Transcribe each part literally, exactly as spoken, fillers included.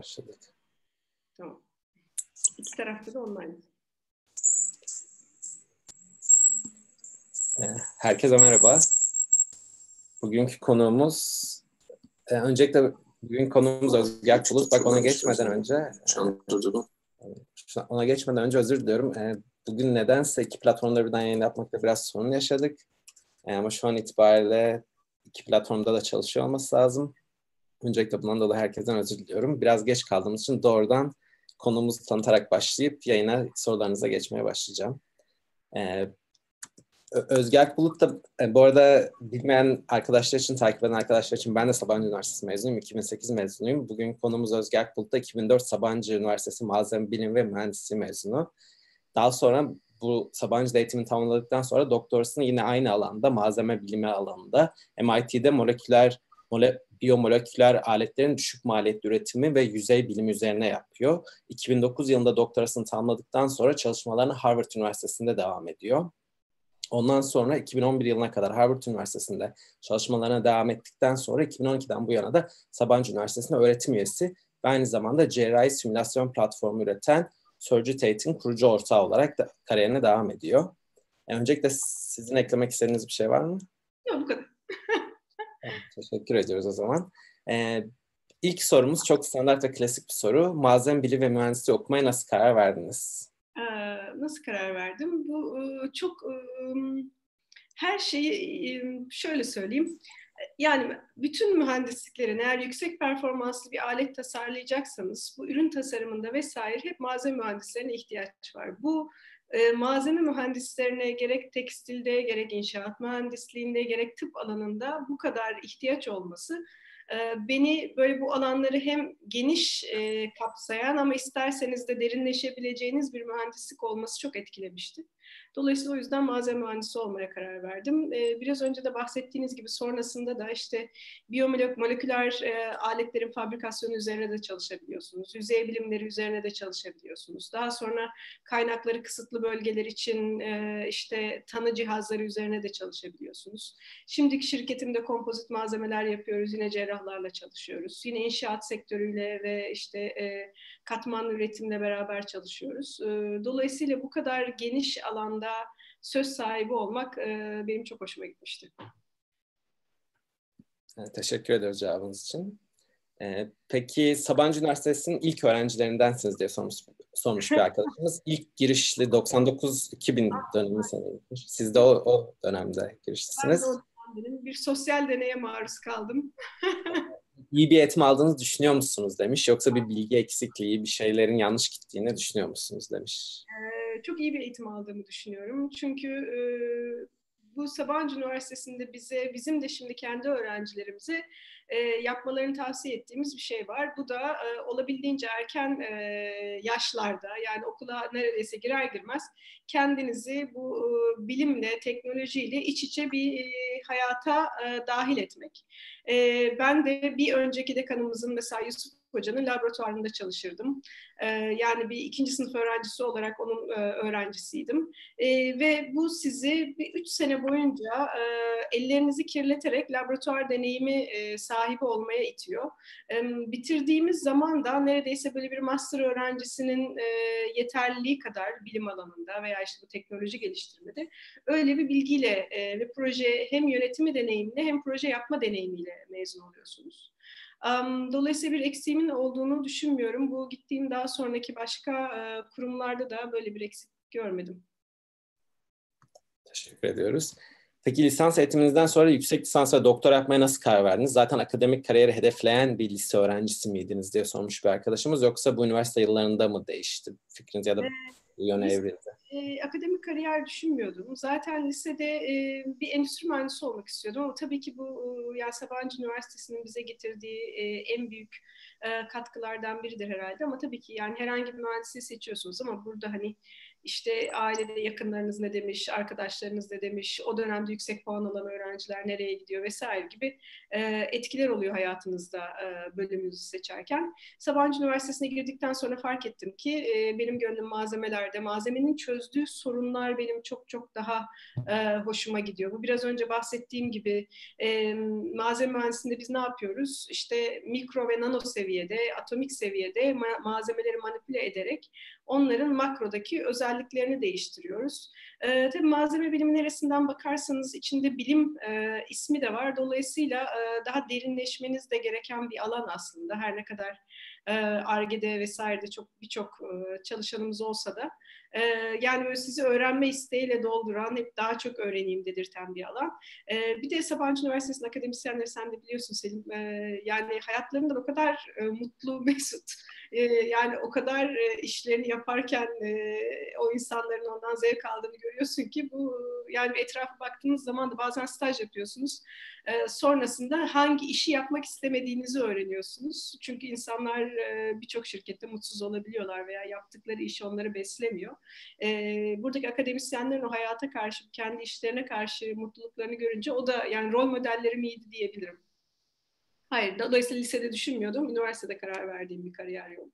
başladık. Tamam. İki tarafta da online. Herkese merhaba. Bugünkü konuğumuz, e, öncelikle bugün konuğumuz Özger Bulut. Bak ona geçmeden önce, e, ona geçmeden önce özür diliyorum. E, bugün nedense iki platformda birden yayın yapmakta biraz sorun yaşadık. E, ama şu an itibariyle iki platformda da çalışıyor olması lazım. Öncelikle bundan dolayı herkesten özür diliyorum. Biraz geç kaldığımız için doğrudan konumuzu tanıtarak başlayıp yayına sorularınıza geçmeye başlayacağım. E, Özger Bulut da e, bu arada bilmeyen arkadaşlar için, takip eden arkadaşlar için ben de Sabancı Üniversitesi mezunuyum. iki bin sekiz mezunuyum. Bugün konumuz Özger Bulut da iki bin dört Sabancı Üniversitesi Malzeme Bilimi ve Mühendisliği mezunu. Daha sonra bu Sabancı'da eğitimini tamamladıktan sonra doktorasını yine aynı alanda, malzeme bilimi alanında M I T'de moleküler, mole, biyomoleküler aletlerin düşük maliyetli üretimi ve yüzey bilimi üzerine yapıyor. iki bin dokuz yılında doktorasını tamamladıktan sonra çalışmalarına Harvard Üniversitesi'nde devam ediyor. Ondan sonra iki bin on bir yılına kadar Harvard Üniversitesi'nde çalışmalarına devam ettikten sonra iki bin on ikiden bu yana da Sabancı Üniversitesi'nde öğretim üyesi ve aynı zamanda cerrahi simülasyon platformu üreten Surgitate'in kurucu ortağı olarak da kariyerine devam ediyor. Yani öncelikle sizin eklemek istediğiniz bir şey var mı? Yok, bu kadar. Tamam, teşekkür ediyoruz o zaman. Ee, ilk sorumuz çok standart ve klasik bir soru. Malzeme bilimi ve mühendisliği okumaya nasıl karar verdiniz? Ee, nasıl karar verdim? Bu çok her şeyi şöyle söyleyeyim. Yani bütün mühendisliklerin eğer yüksek performanslı bir alet tasarlayacaksanız bu ürün tasarımında vesaire hep malzeme mühendislerine ihtiyaç var. Bu e, malzeme mühendislerine gerek tekstilde, gerek inşaat mühendisliğinde, gerek tıp alanında bu kadar ihtiyaç olması e, beni böyle bu alanları hem geniş e, kapsayan ama isterseniz de derinleşebileceğiniz bir mühendislik olması çok etkilemişti. Dolayısıyla o yüzden malzeme mühendisi olmaya karar verdim. Ee, biraz önce de bahsettiğiniz gibi sonrasında da işte biyomoleküler e, aletlerin fabrikasyonu üzerine de çalışabiliyorsunuz. Yüzey bilimleri üzerine de çalışabiliyorsunuz. Daha sonra kaynakları kısıtlı bölgeler için e, işte tanı cihazları üzerine de çalışabiliyorsunuz. Şimdiki şirketimde kompozit malzemeler yapıyoruz. Yine cerrahlarla çalışıyoruz. Yine inşaat sektörüyle ve işte e, katman üretimle beraber çalışıyoruz. E, dolayısıyla bu kadar geniş alanda söz sahibi olmak e, benim çok hoşuma gitmişti. Evet, teşekkür ediyoruz cevabınız için. Ee, peki Sabancı Üniversitesi'nin ilk öğrencilerindensiniz diye sormuş, sormuş bir arkadaşımız. İlk girişli doksan dokuz iki bin dönemi sanırım. Siz de o, o dönemde girişlisiniz. Ben de o dönemde bir sosyal deneye maruz kaldım. İyi bir eğitim aldığınızı düşünüyor musunuz demiş. Yoksa bir bilgi eksikliği, bir şeylerin yanlış gittiğini düşünüyor musunuz demiş. Ee, çok iyi bir eğitim aldığımı düşünüyorum. Çünkü e, bu Sabancı Üniversitesi'nde bize, bizim de şimdi kendi öğrencilerimize e, yapmalarını tavsiye ettiğimiz bir şey var. Bu da e, olabildiğince erken e, yaşlarda, yani okula neredeyse girer girmez kendinizi bu e, bilimle, teknolojiyle iç içe bir e, hayata e, dahil etmek. E, ben de bir önceki dekanımızın mesela Yusuf Hoca'nın laboratuvarında çalışırdım. Ee, yani bir ikinci sınıf öğrencisi olarak onun e, öğrencisiydim. E, ve bu sizi bir üç sene boyunca e, ellerinizi kirleterek laboratuvar deneyimi e, sahibi olmaya itiyor. E, bitirdiğimiz zaman da neredeyse böyle bir master öğrencisinin e, yeterliliği kadar bilim alanında veya işte bu teknoloji geliştirmede öyle bir bilgiyle e, ve proje hem yönetimi deneyimiyle hem proje yapma deneyimiyle mezun oluyorsunuz. Um, dolayısıyla bir eksiğimin olduğunu düşünmüyorum. Bu gittiğim daha sonraki başka e, kurumlarda da böyle bir eksiklik görmedim. Teşekkür ediyoruz. Peki lisans eğitiminizden sonra yüksek lisans ve doktora yapmaya nasıl karar verdiniz? Zaten akademik kariyeri hedefleyen bir lise öğrencisi miydiniz diye sormuş bir arkadaşımız. Yoksa bu üniversite yıllarında mı değişti fikriniz ya da bu yöne evrildi? E, akademik kariyer düşünmüyordum. Zaten lisede e, bir endüstri mühendisi olmak istiyordum ama tabii ki bu e, yani Sabancı Üniversitesi'nin bize getirdiği e, en büyük e, katkılardan biridir herhalde. Ama tabii ki yani herhangi bir mühendisliği seçiyorsunuz ama burada hani İşte ailede yakınlarınız ne demiş, arkadaşlarınız ne demiş, o dönemde yüksek puan alan öğrenciler nereye gidiyor vesaire gibi e, etkiler oluyor hayatınızda e, bölümünüzü seçerken. Sabancı Üniversitesi'ne girdikten sonra fark ettim ki e, benim gönlüm malzemelerde, malzemenin çözdüğü sorunlar benim çok çok daha e, hoşuma gidiyor. Bu biraz önce bahsettiğim gibi e, malzeme mühendisliğinde biz ne yapıyoruz? İşte mikro ve nano seviyede, atomik seviyede ma- malzemeleri manipüle ederek onların makrodaki özelliklerini değiştiriyoruz. E, tabii malzeme bilimi neresinden bakarsanız içinde bilim e, ismi de var. Dolayısıyla e, daha derinleşmeniz de gereken bir alan aslında. Her ne kadar Ar-Ge'de vesairede çok birçok e, çalışanımız olsa da e, yani böyle sizi öğrenme isteğiyle dolduran, hep daha çok öğreneyim dedirten bir alan. E, bir de Sabancı Üniversitesi'nin akademisyenleri sen de biliyorsun Selim, e, yani hayatlarından o kadar e, mutlu, mesut, e, yani o kadar e, işlerini yaparken e, o insanların ondan zevk aldığını görüyorsun ki bu yani etrafa baktığınız zaman da bazen staj yapıyorsunuz. E, sonrasında hangi işi yapmak istemediğinizi öğreniyorsunuz. Çünkü insanlar e, birçok şirkette mutsuz olabiliyorlar veya yaptıkları iş onları beslemiyor. E, buradaki akademisyenlerin o hayata karşı, kendi işlerine karşı mutluluklarını görünce o da yani rol modellerim iyiydi diyebilirim. Hayır, dolayısıyla lisede düşünmüyordum. Üniversitede karar verdiğim bir kariyer yolu.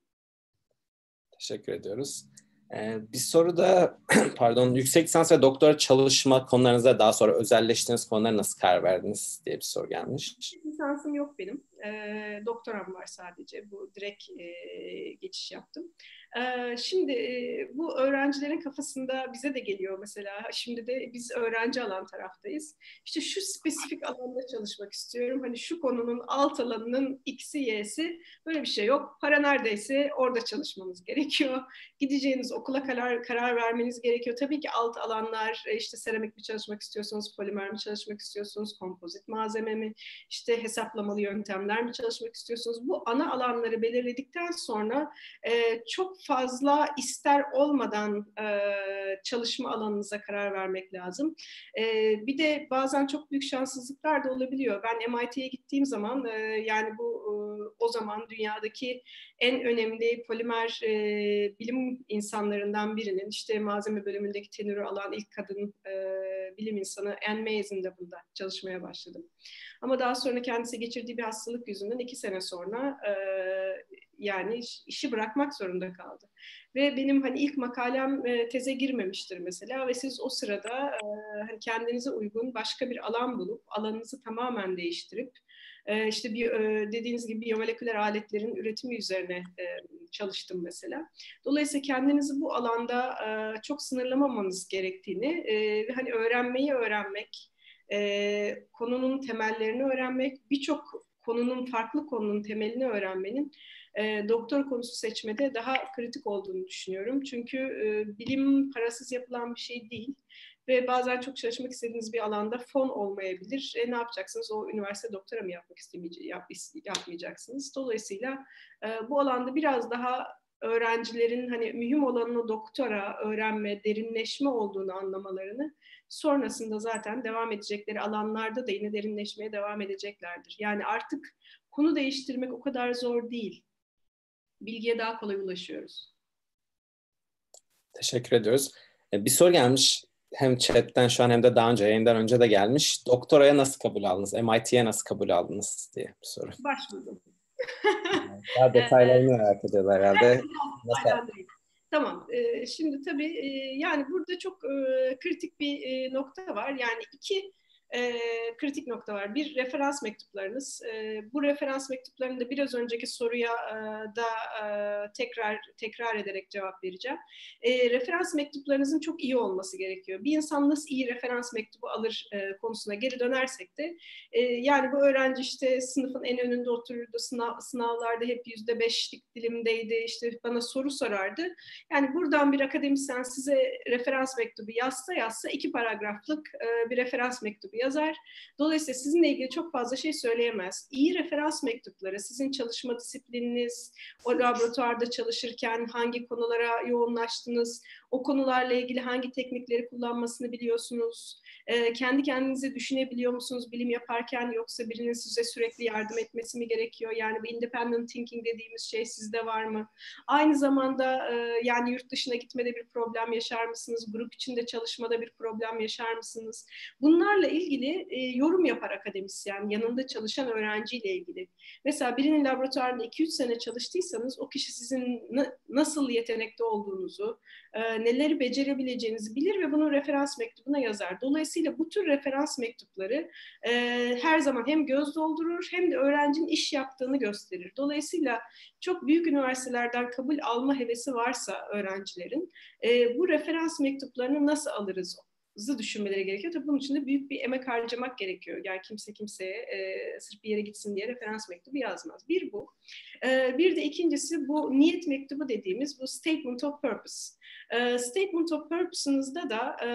Teşekkür ediyoruz. Ee, bir soru da pardon, yüksek lisans ve doktora çalışma konularınızda daha sonra özelleştiğiniz konulara nasıl karar verdiniz diye bir soru gelmiş. Yüksek lisansım yok benim. E, doktoram var sadece. Bu direkt e, geçiş yaptım. E, şimdi e, bu öğrencilerin kafasında bize de geliyor mesela. Şimdi de biz öğrenci alan taraftayız. İşte şu spesifik alanda çalışmak istiyorum. Hani şu konunun alt alanının X'i, Y'si, böyle bir şey yok. Para neredeyse orada çalışmanız gerekiyor. Gideceğiniz okula karar, karar vermeniz gerekiyor. Tabii ki alt alanlar, işte seramik mi çalışmak istiyorsunuz, polimer mi çalışmak istiyorsunuz, kompozit malzeme mi, işte hesaplamalı yöntemler mi çalışmak istiyorsunuz? Bu ana alanları belirledikten sonra e, çok fazla ister olmadan e, çalışma alanınıza karar vermek lazım. E, bir de bazen çok büyük şanssızlıklar da olabiliyor. Ben M I T'ye gittiğim zaman e, yani bu e, o zaman dünyadaki en önemli polimer e, bilim insanlarından birinin, işte malzeme bölümündeki tenürü alan ilk kadın e, bilim insanı Anne Mays'in bunda çalışmaya başladım. Ama daha sonra kendisi geçirdiği bir hastalık yüzünden iki sene sonra e, yani işi bırakmak zorunda kaldı. Ve benim hani ilk makalem e, teze girmemiştir mesela ve siz o sırada e, hani kendinize uygun başka bir alan bulup alanınızı tamamen değiştirip e, işte bir e, dediğiniz gibi biyomoleküler aletlerin üretimi üzerine e, çalıştım mesela. Dolayısıyla kendinizi bu alanda e, çok sınırlamamanız gerektiğini e, ve hani öğrenmeyi öğrenmek, e, konunun temellerini öğrenmek, birçok konunun, farklı konunun temelini öğrenmenin e, doktor konusu seçmede daha kritik olduğunu düşünüyorum. Çünkü e, bilim parasız yapılan bir şey değil ve bazen çok çalışmak istediğiniz bir alanda fon olmayabilir. E, ne yapacaksınız? O üniversite doktora mı yapmak istemeyeceksiniz, yap, yapmayacaksınız. Dolayısıyla e, bu alanda biraz daha öğrencilerin hani mühim olanın doktora, öğrenme, derinleşme olduğunu anlamalarını, sonrasında zaten devam edecekleri alanlarda da yine derinleşmeye devam edeceklerdir. Yani artık konu değiştirmek o kadar zor değil. Bilgiye daha kolay ulaşıyoruz. Teşekkür ediyoruz. Bir soru gelmiş. Hem chatten şu an hem de daha önce, yayından önce de gelmiş. Doktoraya nasıl kabul aldınız? M I T'ye nasıl kabul aldınız diye bir soru. Başvurdum. Daha detaylarını merak ediyorlar herhalde. Nasıl? Aynen değil. Tamam. Ee, şimdi tabii e, yani burada çok e, kritik bir e, nokta var. Yani iki e, kritik nokta var. Bir, referans mektuplarınız. E, bu referans mektuplarında biraz önceki soruya e, da e, tekrar tekrar ederek cevap vereceğim. E, referans mektuplarınızın çok iyi olması gerekiyor. Bir insan nasıl iyi referans mektubu alır e, konusuna geri dönersek de e, yani bu öğrenci işte sınıfın en önünde otururdu, sınav, sınavlarda hep yüzde beşlik dilimdeydi, işte bana soru sorardı. Yani buradan bir akademisyen size referans mektubu yazsa yazsa iki paragraflık e, bir referans mektubu yazar. Dolayısıyla sizinle ilgili çok fazla şey söyleyemez. İyi referans mektupları, sizin çalışma disiplininiz, o laboratuvarda çalışırken hangi konulara yoğunlaştınız, o konularla ilgili hangi teknikleri kullanmasını biliyorsunuz, e, kendi kendinize düşünebiliyor musunuz bilim yaparken, yoksa birinin size sürekli yardım etmesi mi gerekiyor? Yani bu independent thinking dediğimiz şey sizde var mı? Aynı zamanda e, yani yurt dışına gitmede bir problem yaşar mısınız? Grup içinde çalışmada bir problem yaşar mısınız? Bunlarla ilgili e, yorum yapar akademisyen, yanında çalışan öğrenciyle ilgili. Mesela birinin laboratuvarında iki üç sene çalıştıysanız o kişi sizin na- nasıl yetenekli olduğunuzu, e, neleri becerebileceğinizi bilir ve bunu referans mektubuna yazar. Dolayısıyla bu tür referans mektupları e, her zaman hem göz doldurur hem de öğrencinin iş yaptığını gösterir. Dolayısıyla çok büyük üniversitelerden kabul alma hevesi varsa öğrencilerin e, bu referans mektuplarını nasıl alırız düşünmeleri gerekiyor. Tabii bunun için de büyük bir emek harcamak gerekiyor. Yani kimse kimseye e, sırf bir yere gitsin diye referans mektubu yazmaz. Bir bu. E, bir de ikincisi bu niyet mektubu dediğimiz bu statement of purpose. E, statement of purpose'ınızda da e,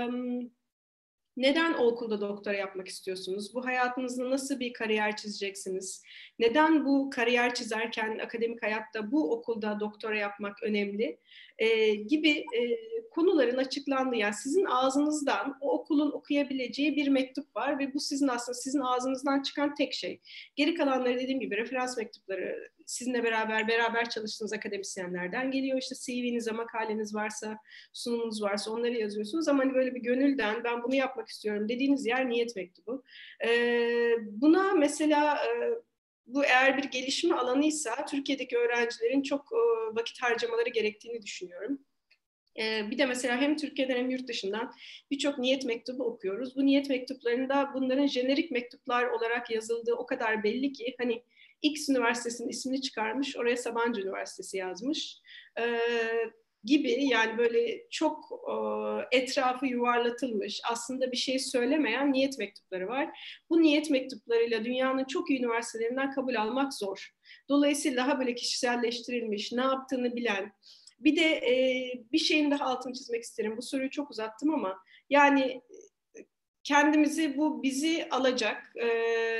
neden o okulda doktora yapmak istiyorsunuz? Bu hayatınızda nasıl bir kariyer çizeceksiniz? Neden bu kariyer çizerken akademik hayatta bu okulda doktora yapmak önemli? Ee, gibi e, konuların açıklandığı, yani sizin ağzınızdan o okulun okuyabileceği bir mektup var ve bu sizin aslında sizin ağzınızdan çıkan tek şey. Geri kalanları dediğim gibi referans mektupları, sizinle beraber beraber çalıştığınız akademisyenlerden geliyor. İşte C V'nize, makaleniz varsa, sunumunuz varsa onları yazıyorsunuz. Ama hani böyle bir gönülden ben bunu yapmak istiyorum dediğiniz yer niyet mektubu. Ee, buna mesela e, bu eğer bir gelişme alanıysa Türkiye'deki öğrencilerin çok e, vakit harcamaları gerektiğini düşünüyorum. Ee, bir de mesela hem Türkiye'den hem yurt dışından birçok niyet mektubu okuyoruz. Bu niyet mektuplarında bunların jenerik mektuplar olarak yazıldığı o kadar belli ki hani X üniversitesinin ismini çıkarmış, oraya Sabancı Üniversitesi yazmış ee, gibi, yani böyle çok e, etrafı yuvarlatılmış, aslında bir şey söylemeyen niyet mektupları var. Bu niyet mektuplarıyla dünyanın çok iyi üniversitelerinden kabul almak zor. Dolayısıyla daha böyle kişiselleştirilmiş, ne yaptığını bilen. Bir de e, bir şeyin daha altını çizmek isterim. Bu soruyu çok uzattım ama yani kendimizi, bu bizi alacak, e,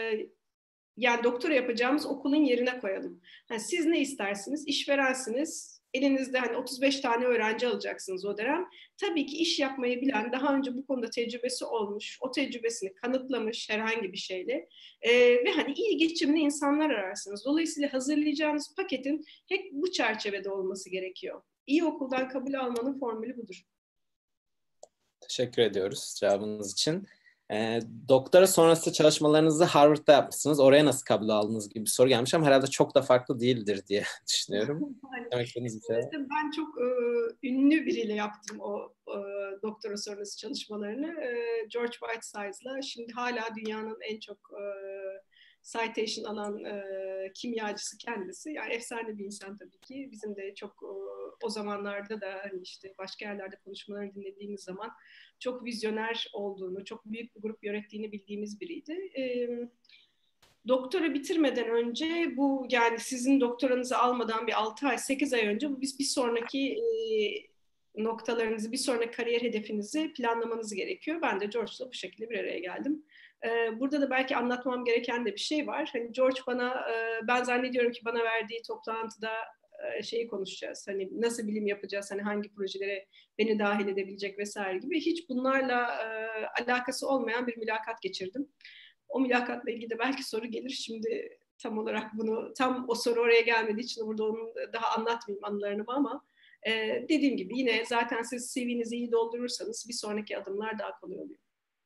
yani doktora yapacağımız okulun yerine koyalım. Yani siz ne istersiniz? İşverensiniz. Elinizde hani otuz beş tane öğrenci alacaksınız o dönem. Tabii ki iş yapmayı bilen, daha önce bu konuda tecrübesi olmuş, o tecrübesini kanıtlamış herhangi bir şeyle e, ve hani iyi geçimli insanlar ararsınız. Dolayısıyla hazırlayacağınız paketin hep bu çerçevede olması gerekiyor. İyi okuldan kabul almanın formülü budur. Teşekkür ediyoruz cevabınız için. E, doktora sonrası çalışmalarınızı Harvard'da yapmışsınız. Oraya nasıl kabul aldınız gibi bir soru gelmiş ama herhalde çok da farklı değildir diye düşünüyorum. Demek istediğiniz bir şey var. Ben çok e, ünlü biriyle yaptım o e, doktora sonrası çalışmalarını. E, George Whiteside'la. Şimdi hala dünyanın en çok e, citation alan e, kimyacısı kendisi. Yani efsane bir insan tabii ki. Bizim de çok e, o zamanlarda da hani işte başka yerlerde konuşmalarını dinlediğimiz zaman çok vizyoner olduğunu, çok büyük bir grup yönettiğini bildiğimiz biriydi. E, doktora bitirmeden önce, bu yani sizin doktoranızı almadan bir altı ay sekiz ay önce, bu biz bir sonraki e, noktalarınızı, bir sonraki kariyer hedefinizi planlamanız gerekiyor. Ben de George'la bu şekilde bir araya geldim. E, burada da belki anlatmam gereken de bir şey var. Hani George bana, e, ben zannediyorum ki bana verdiği toplantıda e, şeyi konuşacağız. Hani nasıl bilim yapacağız, hani hangi projelere beni dahil edebilecek vesaire gibi, hiç bunlarla e, alakası olmayan bir mülakat geçirdim. O mülakatla ilgili de belki soru gelir. Şimdi tam olarak bunu, tam o soru oraya gelmediği için burada onu daha anlatmayayım anılarını, ama e, dediğim gibi yine zaten siz C V'nizi iyi doldurursanız bir sonraki adımlar daha kolay oluyor.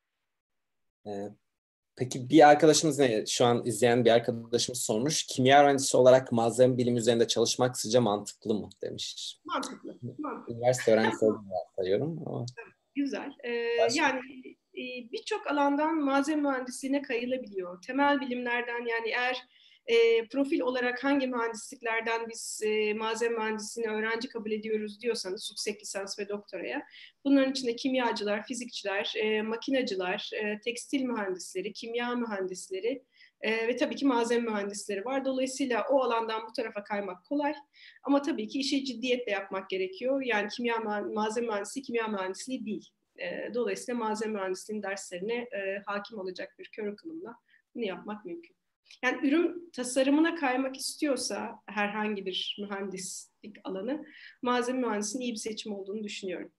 E, peki bir arkadaşımız, ne, şu an izleyen bir arkadaşımız sormuş. Kimya öğrencisi olarak malzeme bilimi üzerinde çalışmak sizce mantıklı mı demiş. Mantıklı. mantıklı. Üniversite öğrencisi olduğunu varsayıyorum ama. Güzel. Ee, yani e, birçok alandan malzeme mühendisliğine kayılabiliyor. Temel bilimlerden, yani eğer e, profil olarak hangi mühendisliklerden biz e, malzeme mühendisliğine öğrenci kabul ediyoruz diyorsanız, yüksek lisans ve doktoraya, bunların içinde kimyacılar, fizikçiler, e, makinacılar, e, tekstil mühendisleri, kimya mühendisleri e, ve tabii ki malzeme mühendisleri var. Dolayısıyla o alandan bu tarafa kaymak kolay. Ama tabii ki işi ciddiyetle yapmak gerekiyor. Yani kimya malzeme mühendisliği kimya mühendisliği değil. E, dolayısıyla malzeme mühendisliğinin derslerine e, hakim olacak bir curriculum'la bunu yapmak mümkün. Yani ürün tasarımına kaymak istiyorsa herhangi bir mühendislik alanı, malzeme mühendisliğinin iyi bir seçim olduğunu düşünüyorum.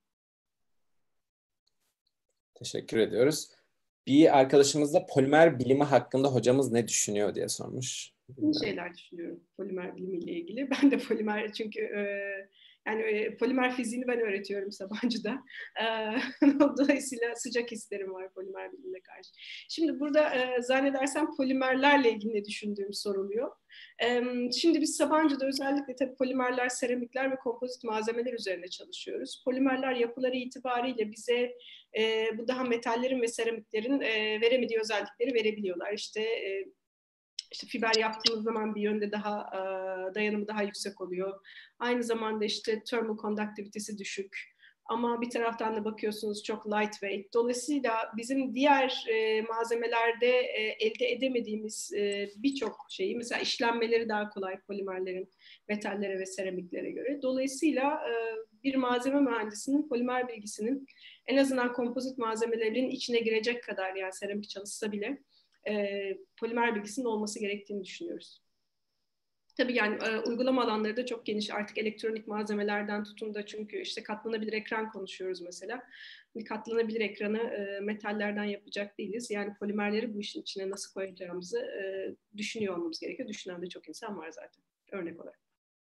Teşekkür ediyoruz. Bir arkadaşımız da polimer bilimi hakkında hocamız ne düşünüyor diye sormuş. İyi şeyler düşünüyorum polimer bilimiyle ilgili. Ben de polimer çünkü e, yani e, polimer fiziğini ben öğretiyorum Sabancı'da. E, dolayısıyla sıcak hislerim var polimer bilimine karşı. Şimdi burada e, zannedersem polimerlerle ilgili ne düşündüğüm soruluyor. E, şimdi biz Sabancı'da özellikle tabii polimerler, seramikler ve kompozit malzemeler üzerine çalışıyoruz. Polimerler yapıları itibariyle bize e, bu daha metallerin ve seramiklerin e, veremediği özellikleri verebiliyorlar. İşte e, İşte fiber yaptığımız zaman bir yönde daha e, dayanımı daha yüksek oluyor. Aynı zamanda işte thermal conductivity'si düşük. Ama bir taraftan da bakıyorsunuz çok lightweight. Dolayısıyla bizim diğer e, malzemelerde e, elde edemediğimiz e, birçok şeyi, mesela işlenmeleri daha kolay polimerlerin metallere ve seramiklere göre. Dolayısıyla e, bir malzeme mühendisinin polimer bilgisinin en azından kompozit malzemelerin içine girecek kadar, yani seramik çalışsa bile E, polimer bilgisinin olması gerektiğini düşünüyoruz. Tabii yani e, uygulama alanları da çok geniş. Artık elektronik malzemelerden tutun da, çünkü işte katlanabilir ekran konuşuyoruz mesela. Katlanabilir ekranı e, metallerden yapacak değiliz. Yani polimerleri bu işin içine nasıl koyacağımızı e, düşünüyor olmamız gerekiyor. Düşünen de çok insan var zaten örnek olarak.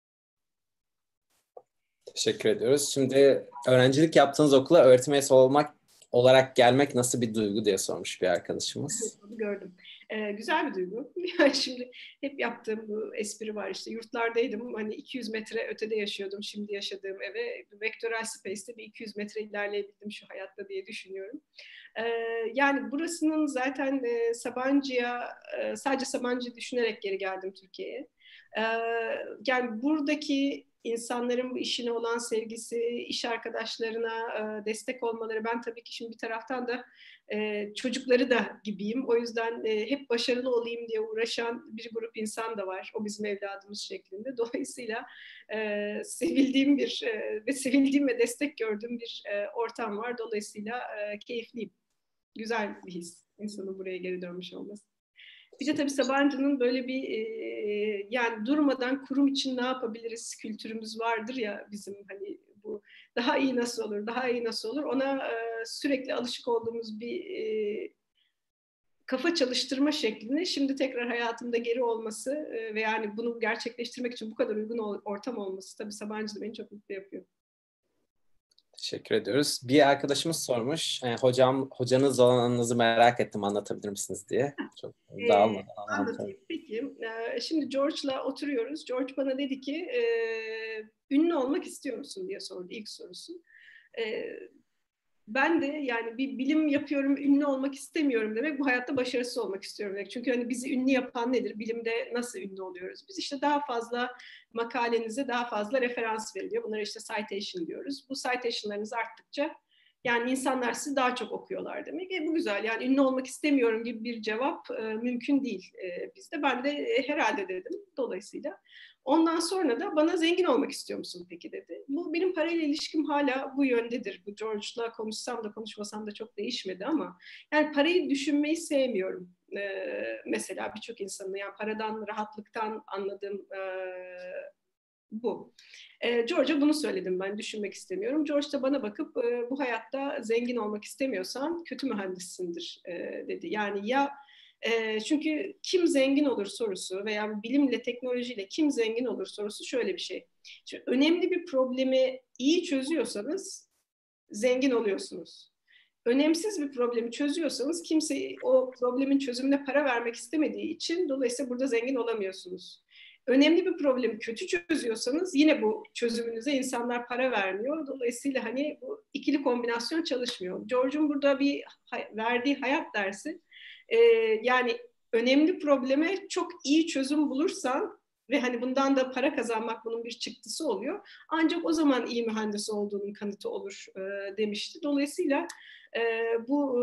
Teşekkür ediyoruz. Şimdi öğrencilik yaptığınız okula öğretim üyesi olmak olarak gelmek nasıl bir duygu diye sormuş bir arkadaşımız. Onu gördüm. Ee, güzel bir duygu. Yani şimdi hep yaptığım bu espri var, işte yurtlardaydım, hani iki yüz metre ötede yaşıyordum şimdi yaşadığım eve. Vektörel Space'te bir iki yüz metre ilerleyebildim şu hayatta diye düşünüyorum. Ee, yani burasının zaten e, Sabancı'ya e, sadece Sabancı düşünerek geri geldim Türkiye'ye. Ee, yani buradaki insanların bu işine olan sevgisi, iş arkadaşlarına e, destek olmaları, ben tabii ki şimdi bir taraftan da e, çocukları da gibiyim. O yüzden e, hep başarılı olayım diye uğraşan bir grup insan da var. O bizim evladımız şeklinde. Dolayısıyla e, sevildiğim bir e, ve sevildiğim ve destek gördüğüm bir e, ortam var. Dolayısıyla e, keyifliyim. Güzel bir his insanın buraya geri dönmüş olması. Bir de tabii Sabancı'nın böyle bir e, yani durmadan kurum için ne yapabiliriz kültürümüz vardır ya bizim, hani bu daha iyi nasıl olur, daha iyi nasıl olur, ona e, sürekli alışık olduğumuz bir e, kafa çalıştırma şeklini şimdi tekrar hayatımda geri olması e, ve yani bunu gerçekleştirmek için bu kadar uygun ortam olması tabii Sabancı'da beni çok mutlu yapıyor. Teşekkür ediyoruz. Bir arkadaşımız sormuş. E, hocam, hocanız olanınızı merak ettim, anlatabilir misiniz diye. Çok Ee, dağılmadan anlatayım. Peki. Ee, şimdi George'la oturuyoruz. George bana dedi ki e, ünlü olmak istiyor musun diye sordu ilk sorusu. E, ben de yani bir bilim yapıyorum, ünlü olmak istemiyorum demek, bu hayatta başarısız olmak istiyorum demek. Çünkü hani bizi ünlü yapan nedir? Bilimde nasıl ünlü oluyoruz? Biz işte daha fazla makalenize daha fazla referans veriliyor. Bunlara işte citation diyoruz. Bu citationlarınız arttıkça yani insanlar sizi daha çok okuyorlar demek. E bu güzel, yani ünlü olmak istemiyorum gibi bir cevap e, mümkün değil e, bizde. Ben de e, herhalde dedim dolayısıyla. Ondan sonra da bana zengin olmak istiyor musun peki dedi. Bu benim parayla ilişkim hala bu yöndedir. Bu George'la konuşsam da konuşmasam da çok değişmedi ama yani parayı düşünmeyi sevmiyorum. Ee, mesela birçok insanın yani paradan, rahatlıktan anladığım e, bu. E, George'a bunu söyledim, ben düşünmek istemiyorum. George da bana bakıp e, bu hayatta zengin olmak istemiyorsan kötü mühendissindir e, dedi. Yani ya e, çünkü kim zengin olur sorusu veya bilimle teknolojiyle kim zengin olur sorusu şöyle bir şey. Şimdi önemli bir problemi iyi çözüyorsanız zengin oluyorsunuz. Önemsiz bir problemi çözüyorsanız kimse o problemin çözümüne para vermek istemediği için dolayısıyla burada zengin olamıyorsunuz. Önemli bir problemi kötü çözüyorsanız yine bu çözümünüze insanlar para vermiyor. Dolayısıyla hani bu ikili kombinasyon çalışmıyor. George'un burada bir verdiği hayat dersi e, yani önemli probleme çok iyi çözüm bulursan ve hani bundan da para kazanmak bunun bir çıktısı oluyor. Ancak o zaman iyi mühendis olduğunun kanıtı olur e, demişti. Dolayısıyla e, bu e,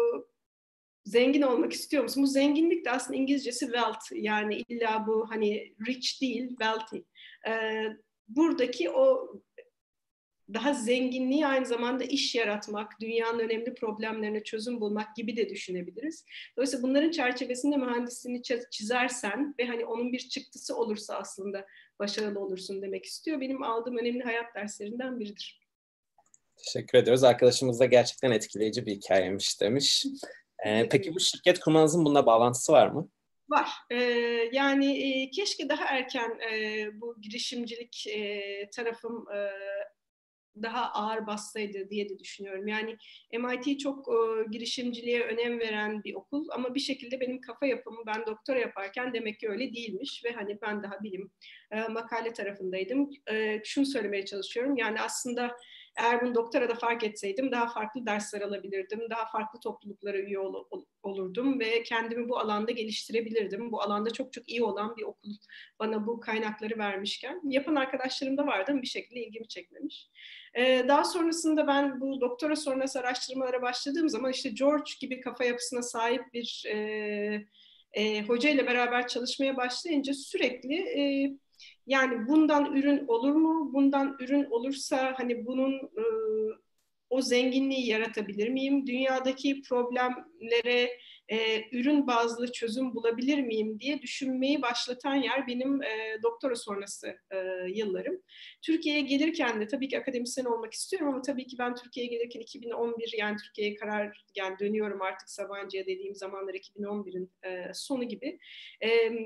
zengin olmak istiyor musun? Bu zenginlik de aslında İngilizcesi wealth, yani illa bu hani rich değil, wealthy. E, buradaki o daha zenginliği aynı zamanda iş yaratmak, dünyanın önemli problemlerine çözüm bulmak gibi de düşünebiliriz. Dolayısıyla bunların çerçevesinde mühendisliğini çizersen ve hani onun bir çıktısı olursa aslında başarılı olursun demek istiyor. Benim aldığım önemli hayat derslerinden biridir. Teşekkür ediyoruz. Arkadaşımız da gerçekten etkileyici bir hikayemiş demiş. Ee, peki bu şirket kurmanızın bununla bağlantısı var mı? Var. Ee, yani e, keşke daha erken e, bu girişimcilik e, tarafım e, daha ağır bassaydı diye de düşünüyorum. Yani M I T çok e, girişimciliğe önem veren bir okul ama bir şekilde benim kafa yapımı ben doktora yaparken demek ki öyle değilmiş ve hani ben daha bilim e, makale tarafındaydım. E, şunu söylemeye çalışıyorum. Yani aslında eğer bunu doktora da fark etseydim daha farklı dersler alabilirdim. Daha farklı topluluklara üye ol, ol, olurdum ve kendimi bu alanda geliştirebilirdim. Bu alanda çok çok iyi olan bir okul bana bu kaynakları vermişken. Yapan arkadaşlarım da vardı ama bir şekilde ilgimi çekmemiş. Ee, daha sonrasında ben bu doktora sonrası araştırmalara başladığım zaman işte George gibi kafa yapısına sahip bir e, e, hoca ile beraber çalışmaya başlayınca sürekli e, yani bundan ürün olur mu? Bundan ürün olursa hani bunun e, o zenginliği yaratabilir miyim? Dünyadaki problemlere e, ürün bazlı çözüm bulabilir miyim diye düşünmeyi başlatan yer benim e, doktora sonrası e, yıllarım. Türkiye'ye gelirken de tabii ki akademisyen olmak istiyorum ama tabii ki ben Türkiye'ye gelirken iki bin on bir yani Türkiye'ye karar yani dönüyorum artık Sabancı'ya dediğim zamanlar iki bin on birin e, sonu gibi. E,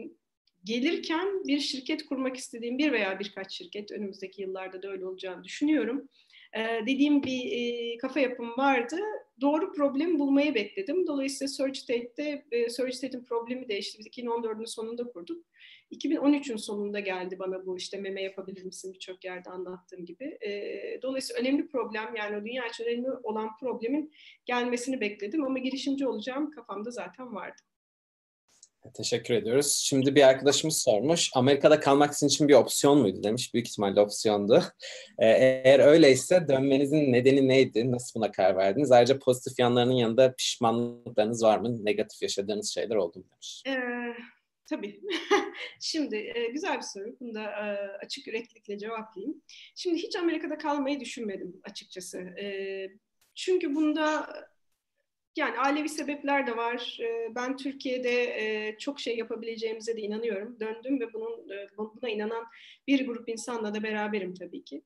gelirken bir şirket kurmak istediğim bir veya birkaç şirket önümüzdeki yıllarda da öyle olacağını düşünüyorum. Ee, dediğim bir e, kafa yapım vardı. Doğru problemi bulmayı bekledim. Dolayısıyla SurgeState'de e, SurgeState'in problemi değişti. Biz iki bin on dördün sonunda kurduk. iki bin on üçün sonunda geldi bana bu işte meme yapabilir misin birçok yerde anlattığım gibi. E, dolayısıyla önemli problem yani o dünya için önemli olan problemin gelmesini bekledim ama girişimci olacağım kafamda zaten vardı. Teşekkür ediyoruz. Şimdi bir arkadaşımız sormuş. Amerika'da kalmak sizin için bir opsiyon muydu demiş. Büyük ihtimalle opsiyondu. Ee, eğer öyleyse dönmenizin nedeni neydi? Nasıl buna karar verdiniz? Ayrıca pozitif yanlarının yanında pişmanlıklarınız var mı? Negatif yaşadığınız şeyler oldu mu demiş. Ee, tabii. Şimdi e, güzel bir soru. Bunu da e, açık yüreklilikle cevaplayayım. Şimdi hiç Amerika'da kalmayı düşünmedim açıkçası. E, çünkü bunda yani ailevi sebepler de var. E, ben Türkiye'de e, çok şey yapabileceğimize de inanıyorum. Döndüm ve bunun e, buna inanan bir grup insanla da beraberim tabii ki.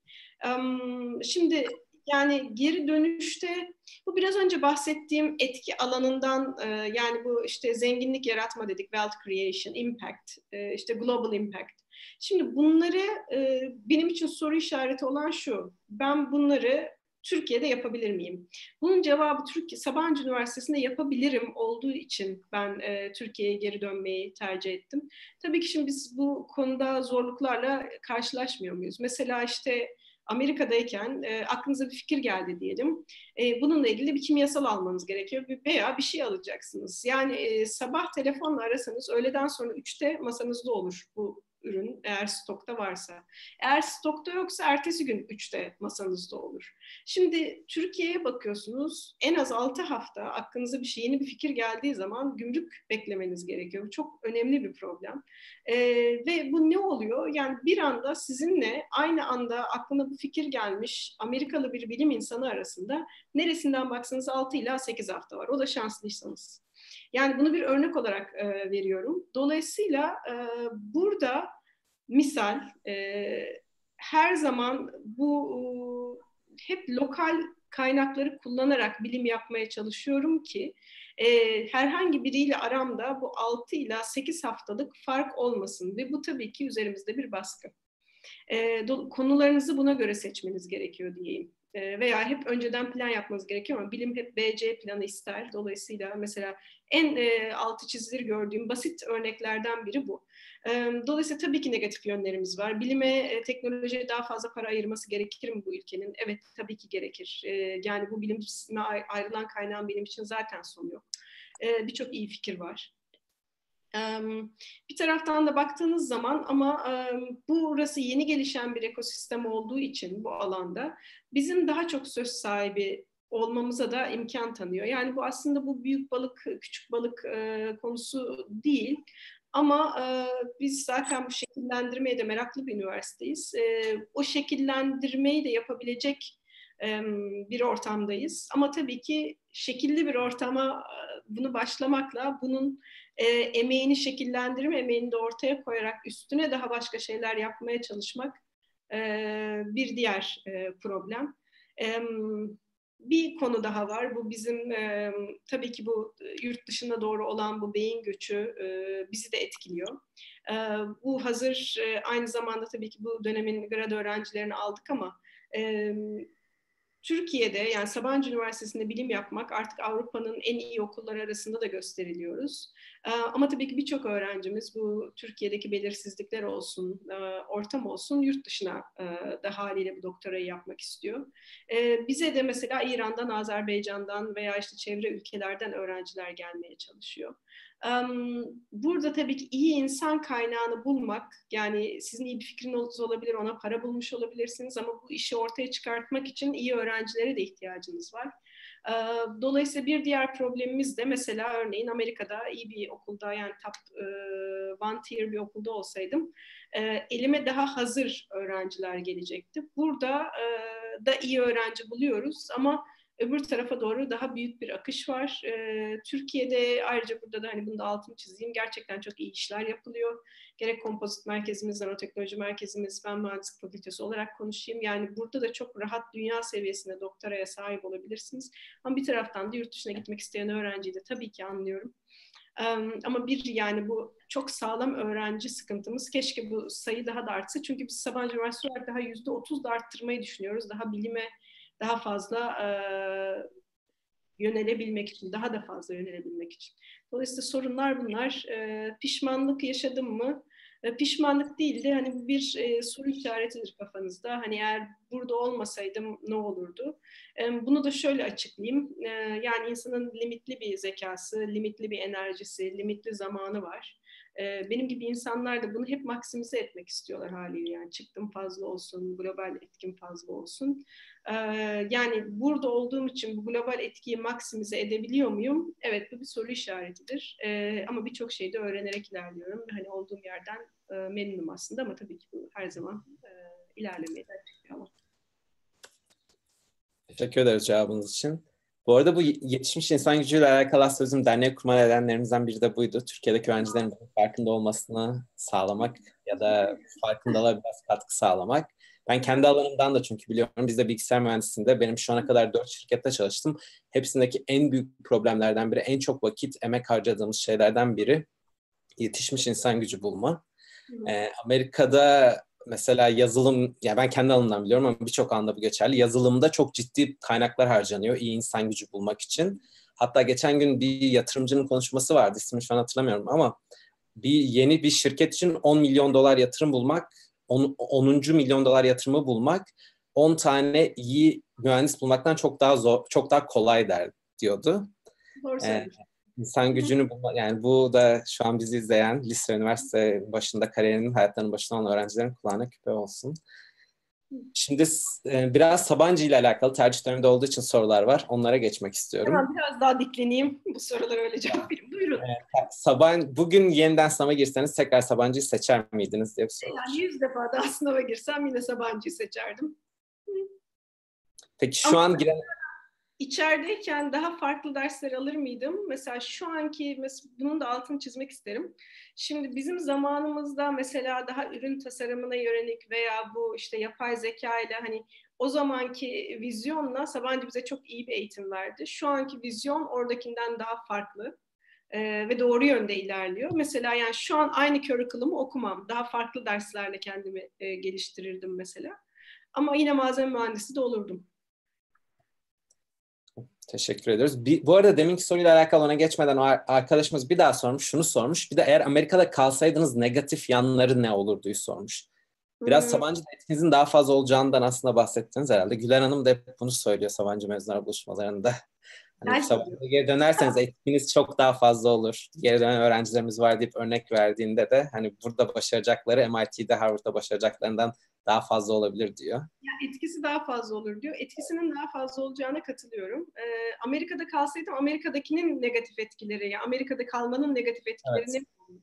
Um, şimdi yani geri dönüşte bu biraz önce bahsettiğim etki alanından e, yani bu işte zenginlik yaratma dedik, wealth creation, impact, e, işte global impact. Şimdi bunları e, benim için soru işareti olan şu. Ben bunları Türkiye'de yapabilir miyim? Bunun cevabı Türkiye Sabancı Üniversitesi'nde yapabilirim olduğu için ben e, Türkiye'ye geri dönmeyi tercih ettim. Tabii ki şimdi biz bu konuda zorluklarla karşılaşmıyor muyuz? Mesela işte Amerika'dayken e, aklınıza bir fikir geldi diyelim. E, bununla ilgili bir kimyasal almanız gerekiyor veya bir şey alacaksınız. Yani e, sabah telefonla arasanız öğleden sonra üçte masanızda olur bu ürün eğer stokta varsa. Eğer stokta yoksa ertesi gün üçte masanızda olur. Şimdi Türkiye'ye bakıyorsunuz en az altı hafta aklınıza bir şey yeni bir fikir geldiği zaman gümrük beklemeniz gerekiyor. Bu çok önemli bir problem. Ee, ve bu ne oluyor? Yani bir anda sizinle aynı anda aklına bu fikir gelmiş Amerikalı bir bilim insanı arasında neresinden baksanız altı ila sekiz hafta var. O da şanslıysanız. Yani bunu bir örnek olarak e, veriyorum. Dolayısıyla e, burada misal e, her zaman bu hep lokal kaynakları kullanarak bilim yapmaya çalışıyorum ki e, herhangi biriyle aramda bu altı ila sekiz haftalık fark olmasın ve bu tabii ki üzerimizde bir baskı. E, konularınızı buna göre seçmeniz gerekiyor diyeyim. E, veya hep önceden plan yapmanız gerekiyor ama bilim hep B C planı ister. Dolayısıyla mesela en e, altı çizilir gördüğüm basit örneklerden biri bu. E, dolayısıyla tabii ki negatif yönlerimiz var. Bilime, e, teknolojiye daha fazla para ayırması gerekir mi bu ülkenin? Evet, tabii ki gerekir. E, yani bu bilime ayrılan kaynağın benim için zaten sonu yok. E, Birçok iyi fikir var. Bir taraftan da baktığınız zaman ama burası yeni gelişen bir ekosistem olduğu için bu alanda bizim daha çok söz sahibi olmamıza da imkan tanıyor. Yani bu aslında bu büyük balık, küçük balık konusu değil. Ama e, biz zaten bu şekillendirmeye de meraklı bir üniversiteyiz. E, o şekillendirmeyi de yapabilecek e, bir ortamdayız. Ama tabii ki şekilli bir ortama e, bunu başlamakla, bunun e, emeğini şekillendirme, emeğini de ortaya koyarak üstüne daha başka şeyler yapmaya çalışmak e, bir diğer e, problem. E, Bir konu daha var. Bu bizim e, tabii ki bu yurt dışına doğru olan bu beyin göçü e, bizi de etkiliyor. E, bu hazır e, aynı zamanda tabii ki bu dönemin grad öğrencilerini aldık ama e, Türkiye'de yani Sabancı Üniversitesi'nde bilim yapmak artık Avrupa'nın en iyi okulları arasında da gösteriliyoruz. Ee, ama tabii ki birçok öğrencimiz bu Türkiye'deki belirsizlikler olsun, e, ortam olsun yurt dışına e, da haliyle bu doktorayı yapmak istiyor. E, bize de mesela İran'dan, Azerbaycan'dan veya işte çevre ülkelerden öğrenciler gelmeye çalışıyor. Burada tabii ki iyi insan kaynağını bulmak, yani sizin iyi bir fikriniz olabilir, ona para bulmuş olabilirsiniz ama bu işi ortaya çıkartmak için iyi öğrencilere de ihtiyacınız var. Dolayısıyla bir diğer problemimiz de mesela örneğin Amerika'da iyi bir okulda yani top one tier bir okulda olsaydım elime daha hazır öğrenciler gelecekti. Burada da iyi öğrenci buluyoruz ama öbür tarafa doğru daha büyük bir akış var. Ee, Türkiye'de ayrıca burada da hani bunu da altını çizeyim. Gerçekten çok iyi işler yapılıyor. Gerek kompozit merkezimiz, nanoteknoloji merkezimiz, ben mühendislik fakültesi olarak konuşayım. Yani burada da çok rahat dünya seviyesinde doktoraya sahip olabilirsiniz. Ama bir taraftan da yurt dışına gitmek isteyen öğrenciyi de tabii ki anlıyorum. Um, ama bir yani bu çok sağlam öğrenci sıkıntımız. Keşke bu sayı daha da artsa. Çünkü biz Sabancı Üniversitesi olarak daha yüzde otuz da arttırmayı düşünüyoruz. Daha bilime daha fazla e, yönelebilmek için, daha da fazla yönelebilmek için. Dolayısıyla sorunlar bunlar. E, pişmanlık yaşadım mı? E, pişmanlık değil de hani bir e, soru işaretidir kafanızda. Hani eğer burada olmasaydım ne olurdu? E, bunu da şöyle açıklayayım. E, yani insanın limitli bir zekası, limitli bir enerjisi, limitli zamanı var. E, benim gibi insanlar da bunu hep maksimize etmek istiyorlar haliyle. Yani çıktım fazla olsun, global etkim fazla olsun. Ee, yani burada olduğum için bu global etkiyi maksimize edebiliyor muyum? Evet, bu bir soru işaretidir. Ee, ama birçok şeyde öğrenerek ilerliyorum. Hani olduğum yerden e, memnunum aslında ama tabii ki bu her zaman e, ilerlemeye de açık bir alan. Teşekkür ederiz cevabınız için. Bu arada bu yetişmiş insan gücüyle alakalı aslında bizim derneği kurma nedenlerimizden biri de buydu. Türkiye'deki öğrencilerin farkında olmasını sağlamak ya da farkındalığa biraz katkı sağlamak. Ben kendi alanımdan da çünkü biliyorum biz de bilgisayar mühendisliğinde benim şu ana kadar dört şirkette çalıştım. Hepsindeki en büyük problemlerden biri, en çok vakit, emek harcadığımız şeylerden biri yetişmiş insan gücü bulma. Ee, Amerika'da mesela yazılım, yani ben kendi alanımdan biliyorum ama birçok alanda bu geçerli. Yazılımda çok ciddi kaynaklar harcanıyor iyi insan gücü bulmak için. Hatta geçen gün bir yatırımcının konuşması vardı, ismini şu an hatırlamıyorum ama bir yeni bir şirket için on milyon dolar yatırım bulmak, onuncu milyon dolar yatırımı bulmak on tane iyi mühendis bulmaktan çok daha zor, çok daha kolay der diyordu. Doğru Ee, söylüyorsun. İnsan gücünü bulma, yani bu da şu an bizi izleyen lise, üniversite başında kariyerinin, hayatlarının başında olan öğrencilerin kulağına küpe olsun. Şimdi e, biraz Sabancı ile alakalı tercih döneminde olduğu için sorular var. Onlara geçmek istiyorum. Hemen biraz daha dikleneyim. Bu sorulara öyle cevap vereyim. Buyurun. Evet, Saban, bugün yeniden sınava girseniz tekrar Sabancı'yı seçer miydiniz diye bir soru var. Yani yüz defa daha sınava girsem yine Sabancı'yı seçerdim. Peki şu Ama an giren... İçerideyken daha farklı dersler alır mıydım? Mesela şu anki, mesela bunun da altını çizmek isterim. Şimdi bizim zamanımızda mesela daha ürün tasarımına yönelik veya bu işte yapay zeka ile hani o zamanki vizyonla Sabancı bize çok iyi bir eğitim verdi. Şu anki vizyon oradakinden daha farklı ee, ve doğru yönde ilerliyor. Mesela yani şu an aynı curriculum'u okumam. Daha farklı derslerle kendimi e, geliştirirdim mesela. Ama yine malzeme mühendisi de olurdum. Teşekkür ediyoruz. Bir, bu arada deminki soruyla alakalı ona geçmeden o arkadaşımız bir daha sormuş, şunu sormuş. Bir de eğer Amerika'da kalsaydınız negatif yanları ne olurduyu sormuş. Biraz Hmm. Sabancı'da etkinizin daha fazla olacağından aslında bahsettiniz herhalde. Güler Hanım da hep bunu söylüyor Sabancı mezunlar buluşmalarında. Hani Sabancı'ya geri dönerseniz etkiniz çok daha fazla olur. Geri dönen öğrencilerimiz var deyip örnek verdiğinde de hani burada başaracakları M I T'de, Harvard'da başaracaklarından daha fazla olabilir diyor. Ya etkisi daha fazla olur diyor. Etkisinin daha fazla olacağına katılıyorum. Ee, Amerika'da kalsaydım Amerika'dakinin negatif etkileri, yani Amerika'da kalmanın negatif etkileri Evet. ne olur?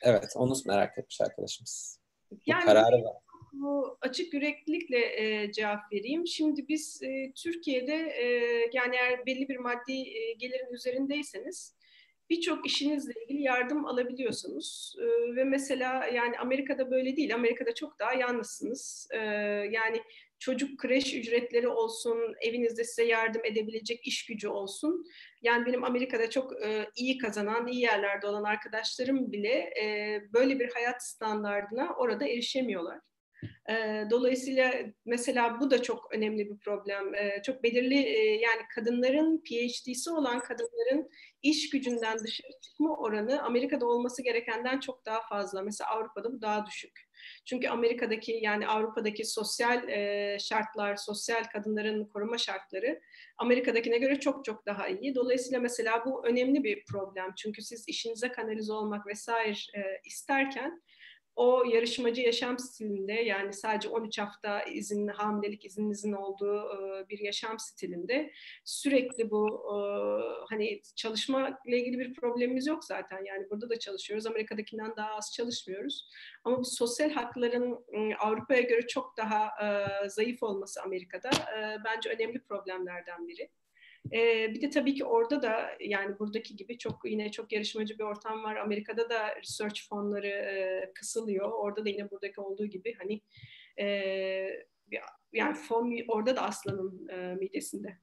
Evet, onu merak etmiş arkadaşımız. Bu Yani kararı var. bu açık yüreklilikle e, cevap vereyim. Şimdi biz e, Türkiye'de e, yani eğer belli bir maddi e, gelirin üzerindeyseniz birçok işinizle ilgili yardım alabiliyorsunuz. E, ve mesela yani Amerika'da böyle değil. Amerika'da çok daha yalnızsınız. E, yani çocuk kreş ücretleri olsun, evinizde size yardım edebilecek iş gücü olsun. Yani benim Amerika'da çok e, iyi kazanan, iyi yerlerde olan arkadaşlarım bile e, böyle bir hayat standardına orada erişemiyorlar. E, dolayısıyla mesela bu da çok önemli bir problem. E, çok belirli e, yani kadınların P H D'si olan kadınların iş gücünden dışarı çıkma oranı Amerika'da olması gerekenden çok daha fazla. Mesela Avrupa'da bu daha düşük. Çünkü Amerika'daki yani Avrupa'daki sosyal e, şartlar, sosyal kadınların koruma şartları Amerika'dakine göre çok çok daha iyi. Dolayısıyla mesela bu önemli bir problem. Çünkü siz işinize kanalize olmak vesaire e, isterken o yarışmacı yaşam stilinde yani sadece on üç hafta izin, hamilelik izninizin olduğu e, bir yaşam stilinde sürekli bu e, hani çalışma ile ilgili bir problemimiz yok zaten. Yani burada da çalışıyoruz. Amerika'dakinden daha az çalışmıyoruz. Ama bu sosyal hakların e, Avrupa'ya göre çok daha e, zayıf olması Amerika'da e, bence önemli problemlerden biri. Ee, bir de tabii ki orada da yani buradaki gibi çok yine çok yarışmacı bir ortam var. Amerika'da da research fonları e, kısılıyor. Orada da yine buradaki olduğu gibi hani e, yani fon orada da aslanın e, midesinde.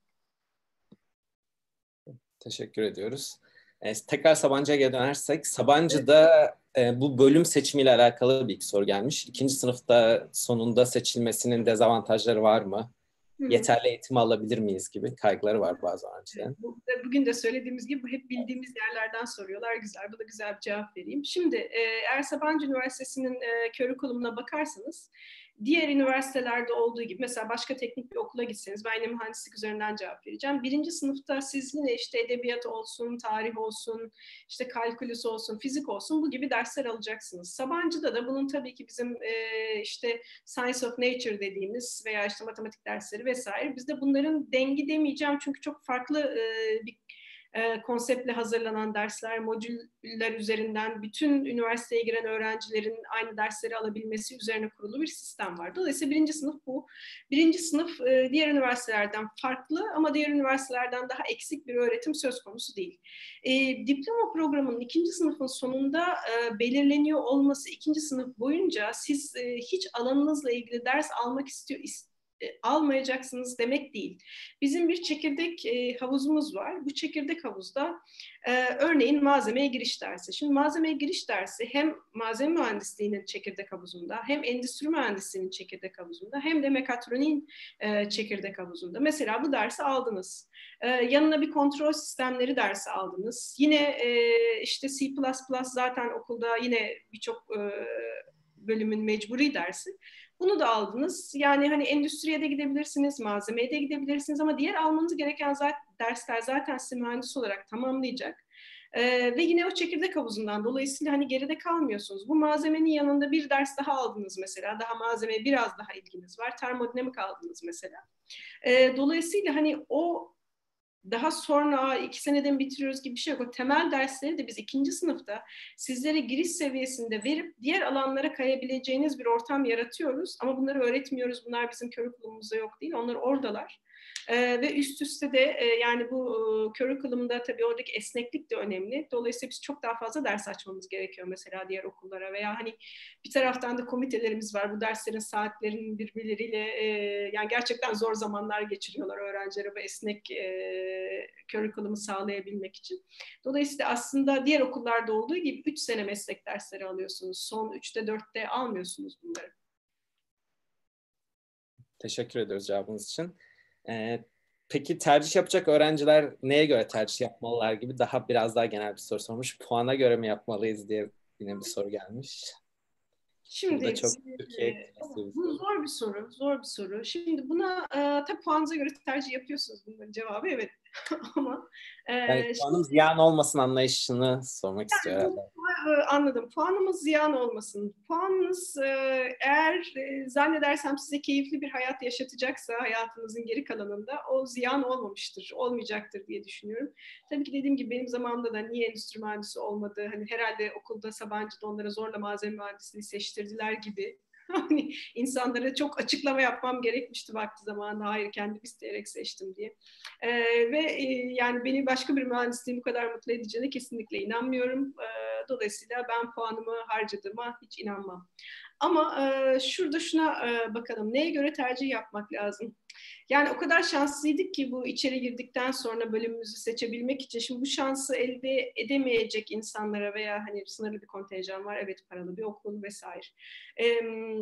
Teşekkür ediyoruz. E, tekrar Sabancı'ya geri dönersek, Sabancı'da e, bu bölüm seçimiyle alakalı bir iki soru gelmiş. İkinci sınıfta sonunda seçilmesinin dezavantajları var mı? Hı. Yeterli eğitim alabilir miyiz gibi kaygıları var bazı öğrencilerin. Bu, bugün de söylediğimiz gibi bu hep bildiğimiz yerlerden soruyorlar. Güzel, bu da güzel bir cevap vereyim. Şimdi e, eğer Sabancı Üniversitesi'nin e, curriculum'una bakarsanız diğer üniversitelerde olduğu gibi mesela başka teknik bir okula gitseniz ben yine mühendislik üzerinden cevap vereceğim. Birinci sınıfta siz yine işte edebiyat olsun, tarih olsun, işte kalkülüs olsun, fizik olsun bu gibi dersler alacaksınız. Sabancı'da da bunun tabii ki bizim e, işte Science of Nature dediğimiz veya işte matematik dersleri vesaire. Bizde bunların dengi demeyeceğim çünkü çok farklı e, bir e, konseptle hazırlanan dersler, modüller üzerinden bütün üniversiteye giren öğrencilerin aynı dersleri alabilmesi üzerine kurulu bir sistem var. Dolayısıyla birinci sınıf bu. Birinci sınıf e, diğer üniversitelerden farklı ama diğer üniversitelerden daha eksik bir öğretim söz konusu değil. E, diploma programının ikinci sınıfın sonunda e, belirleniyor olması ikinci sınıf boyunca siz e, hiç alanınızla ilgili ders almak istiyor almayacaksınız demek değil. Bizim bir çekirdek e, havuzumuz var. Bu çekirdek havuzda e, örneğin malzemeye giriş dersi. Şimdi malzemeye giriş dersi hem malzeme mühendisliğinin çekirdek havuzunda hem endüstri mühendisliğinin çekirdek havuzunda hem de mekatroniğin e, çekirdek havuzunda. Mesela bu dersi aldınız. E, yanına bir kontrol sistemleri dersi aldınız. Yine e, işte C plus plus zaten okulda yine birçok e, bölümün mecburi dersi. Bunu da aldınız. Yani hani endüstriye de gidebilirsiniz, malzemeye de gidebilirsiniz ama diğer almanız gereken zaten, dersler zaten sizi mühendis olarak tamamlayacak. Ee, ve yine o çekirdek havuzundan dolayısıyla hani geride kalmıyorsunuz. Bu malzemenin yanında bir ders daha aldınız mesela. Daha malzemeye biraz daha ilginiz var. Termodinamik aldınız mesela. Ee, dolayısıyla hani o daha sonra iki senede mi bitiriyoruz gibi bir şey yok. O temel dersleri de biz ikinci sınıfta sizlere giriş seviyesinde verip diğer alanlara kayabileceğiniz bir ortam yaratıyoruz. Ama bunları öğretmiyoruz. Bunlar bizim curriculum'umuzda yok değil. Onlar oradalar. Ee, ve üst üste de e, yani bu e, curriculum'da tabii oradaki esneklik de önemli. Dolayısıyla biz çok daha fazla ders açmamız gerekiyor mesela diğer okullara veya hani bir taraftan da komitelerimiz var. Bu derslerin saatlerinin birbirleriyle e, yani gerçekten zor zamanlar geçiriyorlar öğrencilere bu esnek e, curriculum'u sağlayabilmek için. Dolayısıyla aslında diğer okullarda olduğu gibi üç sene meslek dersleri alıyorsunuz. Son üçte dörtte almıyorsunuz bunları. Teşekkür ediyoruz cevabınız için. Ee, peki tercih yapacak öğrenciler neye göre tercih yapmalılar gibi daha biraz daha genel bir soru sormuş. Puana göre mi yapmalıyız diye yine bir soru gelmiş. Şimdi Bu da çok e, Türkiye klasiği bir bu soru. zor bir soru, zor bir soru. Şimdi buna e, tabii puanınıza göre tercih yapıyorsunuz bunların cevabı evet. Ama Yani e, puanım ziyan olmasın anlayışını sormak istiyor herhalde. Bu, anladım. Puanımız ziyan olmasın. Puanınız eğer zannedersem size keyifli bir hayat yaşatacaksa hayatınızın geri kalanında o ziyan olmamıştır, olmayacaktır diye düşünüyorum. Tabii ki dediğim gibi benim zamanımda da niye endüstri mühendisi olmadı, hani herhalde okulda Sabancı'da onlara zorla malzeme mühendisliği seçtirdiler gibi. Hani insanlara çok açıklama yapmam gerekmişti vakti zamanında. Hayır, kendim isteyerek seçtim diye. Ee, ve e, yani beni başka bir mühendisliğin bu kadar mutlu edeceğine kesinlikle inanmıyorum. Ee, dolayısıyla ben puanımı harcadığıma hiç inanmam. Ama e, şurada şuna e, bakalım. Neye göre tercih yapmak lazım? Yani o kadar şanslıydık ki bu içeri girdikten sonra bölümümüzü seçebilmek için. Şimdi bu şansı elde edemeyecek insanlara veya hani sınırlı bir kontenjan var. Evet, paralı bir okul vesaire. Ee,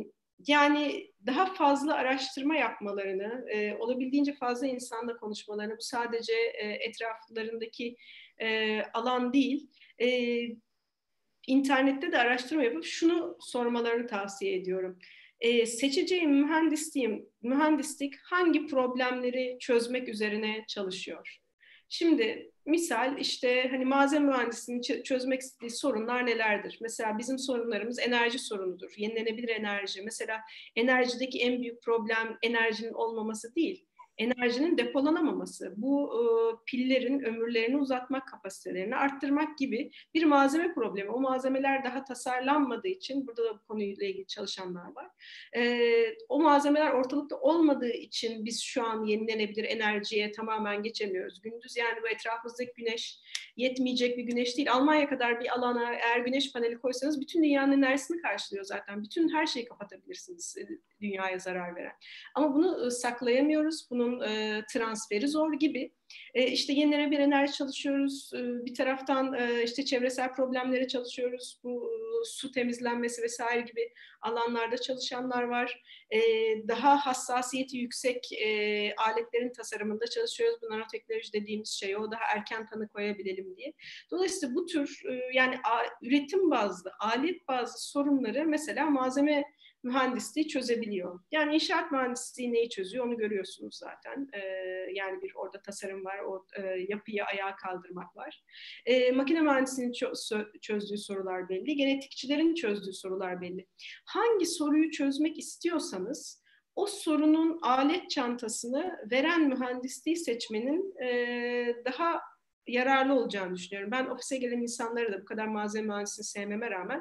Yani daha fazla araştırma yapmalarını, e, olabildiğince fazla insanla konuşmalarını, bu sadece e, etraflarındaki e, alan değil, e, internette de araştırma yapıp şunu sormalarını tavsiye ediyorum. E, seçeceğim mühendisliğim, mühendislik hangi problemleri çözmek üzerine çalışıyor? Şimdi misal işte hani malzeme mühendisliğinin çözmek istediği sorunlar nelerdir? Mesela bizim sorunlarımız enerji sorunudur. Yenilenebilir enerji. Mesela enerjideki en büyük problem enerjinin olmaması değil, enerjinin depolanamaması. Bu e, pillerin ömürlerini uzatmak, kapasitelerini arttırmak gibi bir malzeme problemi. O malzemeler daha tasarlanmadığı için, burada da bu konuyla ilgili çalışanlar var. E, o malzemeler ortalıkta olmadığı için biz şu an yenilenebilir enerjiye tamamen geçemiyoruz. Gündüz yani bu etrafımızdaki güneş yetmeyecek bir güneş değil. Almanya kadar bir alana eğer güneş paneli koysanız bütün dünyanın enerjisini karşılıyor zaten. Bütün her şeyi kapatabilirsiniz dünyaya zarar veren. Ama bunu saklayamıyoruz. Bunun e, transferi zor gibi. E, işte yenilenebilir enerji çalışıyoruz. E, bir taraftan e, işte çevresel problemlere çalışıyoruz. Bu e, su temizlenmesi vesaire gibi alanlarda çalışanlar var. E, daha hassasiyeti yüksek e, aletlerin tasarımında çalışıyoruz. Bu nanoteknoloji dediğimiz şey o. Daha erken tanı koyabilelim diye. Dolayısıyla bu tür e, yani a, üretim bazlı, alet bazlı sorunları mesela malzeme mühendisliği çözebiliyor. Yani inşaat mühendisliği neyi çözüyor onu görüyorsunuz zaten. Ee, yani bir orada tasarım var, o e, yapıyı ayağa kaldırmak var. E, makine mühendisliğinin çö- çözdüğü sorular belli, genetikçilerin çözdüğü sorular belli. Hangi soruyu çözmek istiyorsanız o sorunun alet çantasını veren mühendisliği seçmenin e, daha yararlı olacağını düşünüyorum. Ben ofise gelen insanları da bu kadar malzeme mühendisliğini sevmeme rağmen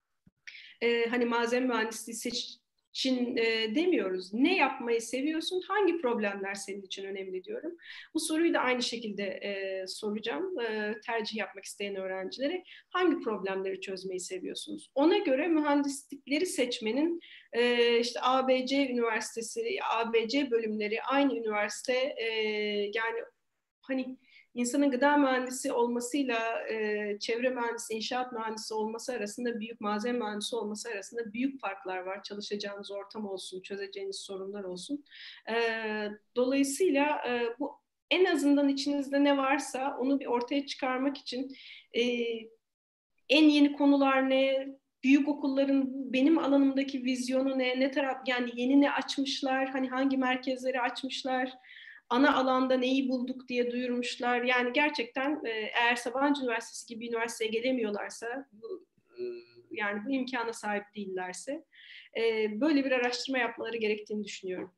e, hani malzeme mühendisliği seçin e, demiyoruz. Ne yapmayı seviyorsun? Hangi problemler senin için önemli diyorum. Bu soruyu da aynı şekilde e, soracağım. E, tercih yapmak isteyen öğrencilere hangi problemleri çözmeyi seviyorsunuz? Ona göre mühendislikleri seçmenin e, işte A B C üniversitesi, A B C bölümleri aynı üniversite e, yani hani insanın gıda mühendisi olmasıyla e, çevre mühendisi, inşaat mühendisi olması arasında büyük malzeme mühendisi olması arasında büyük farklar var. Çalışacağınız ortam olsun, çözeceğiniz sorunlar olsun. E, dolayısıyla e, bu en azından içinizde ne varsa onu bir ortaya çıkarmak için e, en yeni konular ne, büyük okulların benim alanımdaki vizyonu ne, ne taraf yani yeni ne açmışlar, hani hangi merkezleri açmışlar, ana alanda neyi bulduk diye duyurmuşlar. Yani gerçekten eğer Sabancı Üniversitesi gibi bir üniversiteye gelemiyorlarsa, bu, yani bu imkana sahip değillerse böyle bir araştırma yapmaları gerektiğini düşünüyorum.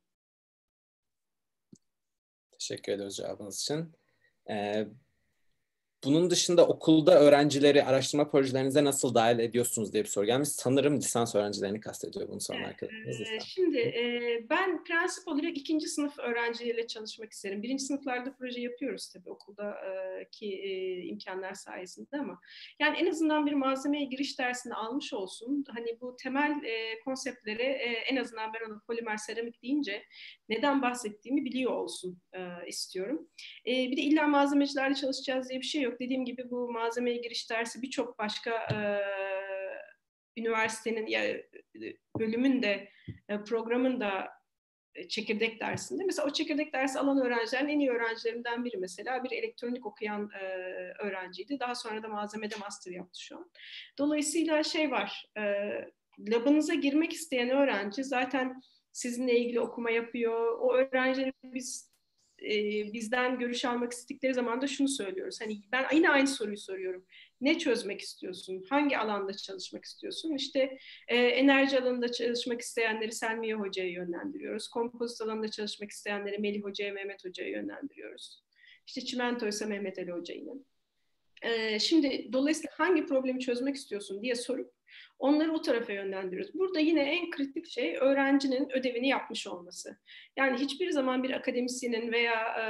Teşekkür ederiz cevabınız için. Ee, Bunun dışında okulda öğrencileri araştırma projelerinize nasıl dahil ediyorsunuz diye bir soru gelmiş. Sanırım lisans öğrencilerini kastediyor bunu soran arkadaşımız. Ee, şimdi e, ben prensip olarak ikinci sınıf öğrencileriyle çalışmak isterim. Birinci sınıflarda proje yapıyoruz tabii okuldaki e, imkanlar sayesinde ama yani en azından bir malzemeye giriş dersini almış olsun. Hani bu temel e, konseptleri e, en azından ben ona polimer seramik deyince neden bahsettiğimi biliyor olsun e, istiyorum. E, bir de illa malzemecilerle çalışacağız diye bir şey yok. Dediğim gibi bu malzemeye giriş dersi birçok başka e, üniversitenin ya bölümün de programın da çekirdek dersinde. Mesela o çekirdek dersi alan öğrencilerin en iyi öğrencilerimden biri mesela bir elektronik okuyan e, öğrenciydi. Daha sonra da malzemede master yaptı şu an. Dolayısıyla şey var, e, labınıza girmek isteyen öğrenci zaten sizinle ilgili okuma yapıyor. O öğrencileri biz bizden görüş almak istedikleri zaman da şunu söylüyoruz. Hani ben yine aynı soruyu soruyorum. Ne çözmek istiyorsun? Hangi alanda çalışmak istiyorsun? İşte e, enerji alanında çalışmak isteyenleri Selmiye Hoca'ya yönlendiriyoruz. Kompozit alanında çalışmak isteyenleri Melih Hoca'ya, Mehmet Hoca'ya yönlendiriyoruz. İşte çimento ise Mehmet Ali Hoca yine. E, şimdi dolayısıyla hangi problemi çözmek istiyorsun diye sorup onları o tarafa yönlendiriyoruz. Burada yine en kritik şey öğrencinin ödevini yapmış olması. Yani hiçbir zaman bir akademisyenin veya e,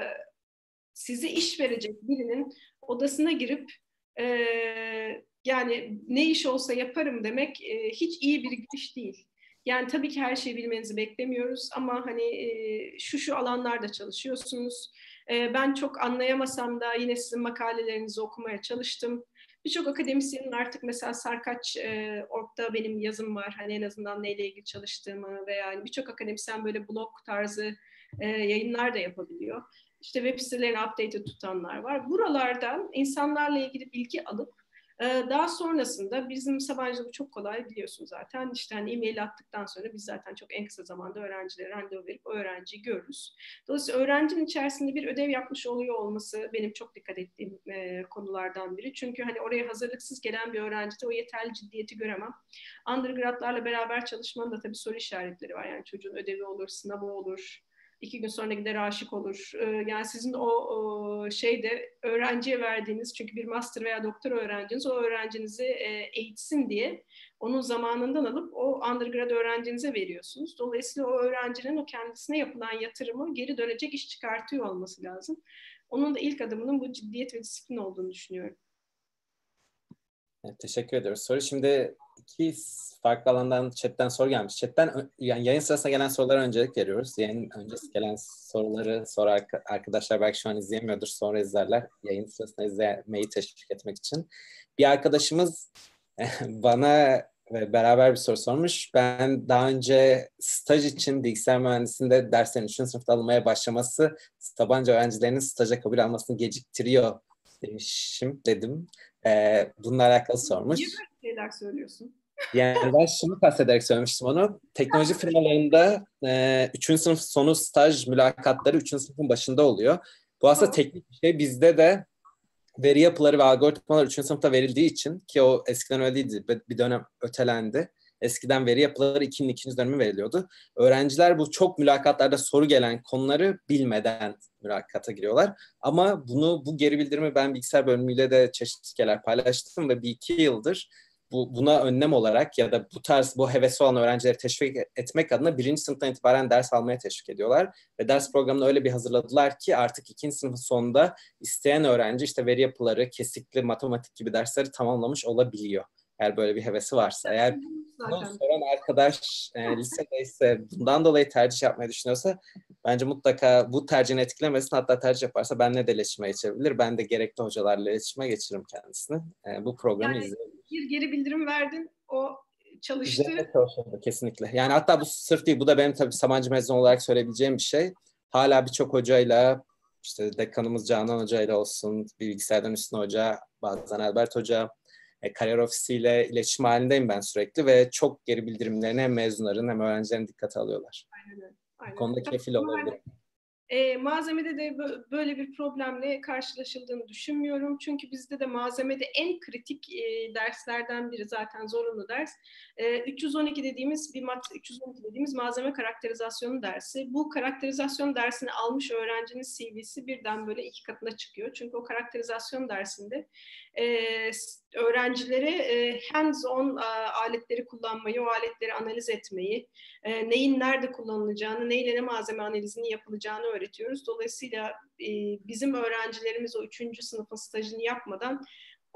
size iş verecek birinin odasına girip e, yani ne iş olsa yaparım demek e, hiç iyi bir iş değil. Yani tabii ki her şeyi bilmenizi beklemiyoruz ama hani e, şu şu alanlarda çalışıyorsunuz. E, ben çok anlayamasam da yine sizin makalelerinizi okumaya çalıştım. Birçok akademisyenin artık mesela Sarkaç e, Org'da benim yazım var. Hani en azından neyle ilgili çalıştığımı veya yani birçok akademisyen böyle blog tarzı e, yayınlar da yapabiliyor. İşte web sitelerini updated tutanlar var. Buralardan insanlarla ilgili bilgi alıp daha sonrasında bizim Sabancı'da bu çok kolay biliyorsun zaten. İşte hani e-mail attıktan sonra biz zaten çok en kısa zamanda öğrencilere randevu verip o öğrenciyi görürüz. Dolayısıyla öğrencinin içerisinde bir ödev yapmış oluyor olması benim çok dikkat ettiğim e, konulardan biri. Çünkü hani oraya hazırlıksız gelen bir öğrencide o yeterli ciddiyeti göremem. Undergradlarla beraber çalışmanın da tabii soru işaretleri var. Yani çocuğun ödevi olur, sınavı olur. İki gün sonra gider aşık olur. Yani sizin o, o şeyde öğrenciye verdiğiniz, çünkü bir master veya doktora öğrenciniz o öğrencinizi eğitsin diye onun zamanından alıp o undergrad öğrencinize veriyorsunuz. Dolayısıyla o öğrencinin o kendisine yapılan yatırımı geri dönecek iş çıkartıyor olması lazım. Onun da ilk adımının bu ciddiyet ve disiplin olduğunu düşünüyorum. Evet, teşekkür ediyoruz. Soru şimdi iki farklı alandan chatten soru gelmiş. Chatten yani yayın sırasında gelen sorulara öncelik veriyoruz. Yayın öncesi gelen soruları sonra arkadaşlar belki şu an izleyemiyordur, sonra izlerler. Yayın sırasında izlemeyi teşvik etmek için. Bir arkadaşımız bana beraber bir soru sormuş. Ben daha önce staj için bilgisayar mühendisliğinde derslerin üçüncü sınıfta alınmaya başlaması Sabancı öğrencilerinin staja kabul almasını geciktiriyor demişim dedim. Ee, bununla alakalı sormuş. Niye böyle şeyler söylüyorsun? Yani ben şunu kastederek söylemiştim onu. Teknoloji firmalarında e, üçüncü sınıf sonu staj mülakatları üçüncü sınıfın başında oluyor. Bu aslında teknik bir şey. Bizde de veri yapıları ve algoritmalar üçüncü sınıfta verildiği için, ki o eskiden öyle değildi. Bir dönem ötelendi. Eskiden veri yapıları ikinin ikinci dönemi veriliyordu. Öğrenciler bu çok mülakatlarda soru gelen konuları bilmeden mülakata giriyorlar. Ama bunu bu geri bildirimi ben bilgisayar bölümüyle de çeşitli kere paylaştım ve bir iki yıldır bu, buna önlem olarak ya da bu tarz bu hevesi olan öğrencileri teşvik etmek adına birinci sınıftan itibaren ders almaya teşvik ediyorlar. Ve ders programını öyle bir hazırladılar ki artık ikinci sınıfın sonunda isteyen öğrenci işte veri yapıları, kesikli, matematik gibi dersleri tamamlamış olabiliyor. Eğer böyle bir hevesi varsa. Eğer bunu soran arkadaş e, lisede ise bundan dolayı tercih yapmayı düşünüyorsa bence mutlaka bu tercihini etkilemesin. Hatta tercih yaparsa benimle de iletişime geçebilir. Ben de gerekli hocalarla iletişime geçiririm kendisini. E, bu programı yani izleyebilir. Bir geri bildirim verdin, o çalıştı. Üzerinde çalışıldı kesinlikle. Yani hatta bu sırf değil, bu da benim tabii Sabancı mezunu olarak söyleyebileceğim bir şey. Hala birçok hocayla, işte dekanımız Canan Hoca ile olsun, bilgisayardan Hüsnü Hoca, bazen Albert Hoca, e, kariyer ofisiyle iletişim halindeyim ben sürekli ve çok geri bildirimlerini hem mezunların hem öğrencilerin dikkate alıyorlar. Aynen, aynen. Bu konuda kefil olabilirim. E, malzemede de böyle bir problemle karşılaşıldığını düşünmüyorum. Çünkü bizde de malzemede en kritik e, derslerden biri, zaten zorunlu ders. E, üç yüz on iki dediğimiz bir mat üç yüz on iki dediğimiz malzeme karakterizasyonu dersi. Bu karakterizasyon dersini almış öğrencinin C V'si birden böyle iki katına çıkıyor. Çünkü o karakterizasyon dersinde e, öğrencilere e, hands-on e, aletleri kullanmayı, o aletleri analiz etmeyi, e, neyin nerede kullanılacağını, neyle ne malzeme analizinin yapılacağını öğretiyoruz. Dolayısıyla e, bizim öğrencilerimiz o üçüncü sınıfın stajını yapmadan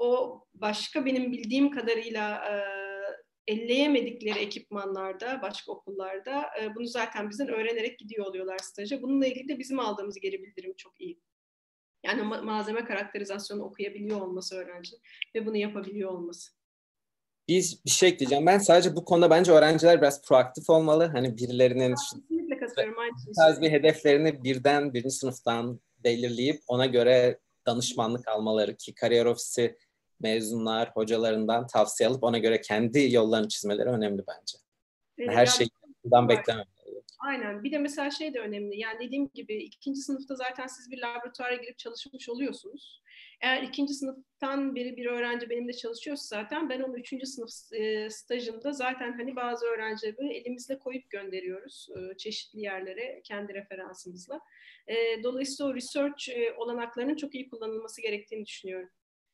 o başka benim bildiğim kadarıyla e, elleyemedikleri ekipmanlarda, başka okullarda e, bunu zaten bizden öğrenerek gidiyor oluyorlar staja. Bununla ilgili de bizim aldığımız geri bildirim çok iyi. Yani ma- malzeme karakterizasyonu okuyabiliyor olması öğrenci ve bunu yapabiliyor olması. Bir, bir şey ekleyeceğim. Ben sadece bu konuda bence öğrenciler biraz proaktif olmalı. Hani birilerinin kesinlikle katılıyorum. Aynı bu tarz bir hedeflerini birden birinci sınıftan belirleyip ona göre danışmanlık almaları, ki kariyer ofisi mezunlar, hocalarından tavsiye alıp ona göre kendi yollarını çizmeleri önemli bence. Ee, Her yani, şeyi bundan beklememek. Aynen. Bir de mesela şey de önemli. Yani dediğim gibi ikinci sınıfta zaten siz bir laboratuvara girip çalışmış oluyorsunuz. Eğer ikinci sınıftan beri bir öğrenci benimle çalışıyorsa zaten ben onu üçüncü sınıf e, stajında zaten hani bazı öğrencileri böyle elimizle koyup gönderiyoruz e, çeşitli yerlere kendi referansımızla. E, dolayısıyla o research e, olanaklarının çok iyi kullanılması gerektiğini düşünüyorum.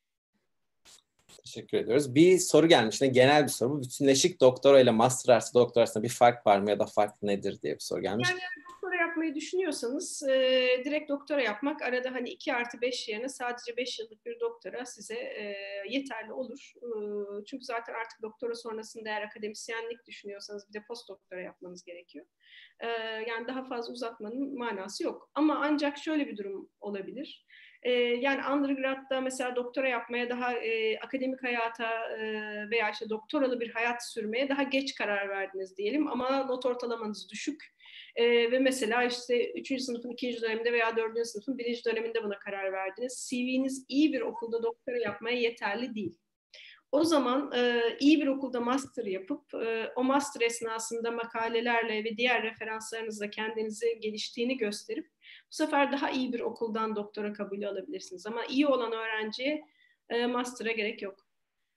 Teşekkür ediyoruz. Bir soru gelmiş. Yine genel bir soru. Bu bütünleşik doktora ile master artı doktora arasında bir fark var mı ya da fark nedir diye bir soru gelmiş. Yani doktora yapmayı düşünüyorsanız e, direkt doktora yapmak arada hani iki artı beş yerine sadece beş yıllık bir doktora size e, yeterli olur. E, çünkü zaten artık doktora sonrasında eğer akademisyenlik düşünüyorsanız bir de post doktora yapmanız gerekiyor. E, yani daha fazla uzatmanın manası yok. Ama ancak şöyle bir durum olabilir. E, yani undergrad'da mesela doktora yapmaya daha e, akademik hayata e, veya işte doktoralı bir hayat sürmeye daha geç karar verdiniz diyelim ama not ortalamanız düşük. Ee, ve mesela işte üçüncü sınıfın ikinci döneminde veya dördüncü sınıfın birinci döneminde buna karar verdiniz. C V'niz iyi bir okulda doktora yapmaya yeterli değil. O zaman e, iyi bir okulda master yapıp e, o master esnasında makalelerle ve diğer referanslarınızla kendinizi geliştiğini gösterip bu sefer daha iyi bir okuldan doktora kabulü alabilirsiniz. Ama iyi olan öğrenciye e, master'a gerek yok.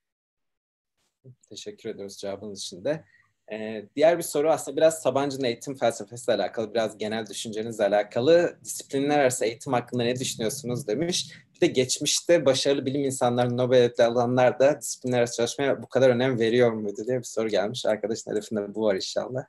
Teşekkür ediyoruz cevabınız için de. Ee, diğer bir soru aslında biraz Sabancı'nın eğitim felsefesiyle alakalı, biraz genel düşüncenizle alakalı. Disiplinler arası eğitim hakkında ne düşünüyorsunuz demiş. Bir de geçmişte başarılı bilim insanları, Nobel ödülü alanlar da disiplinler arası çalışmaya bu kadar önem veriyor muydu diye bir soru gelmiş. Arkadaşın hedefinde bu var inşallah.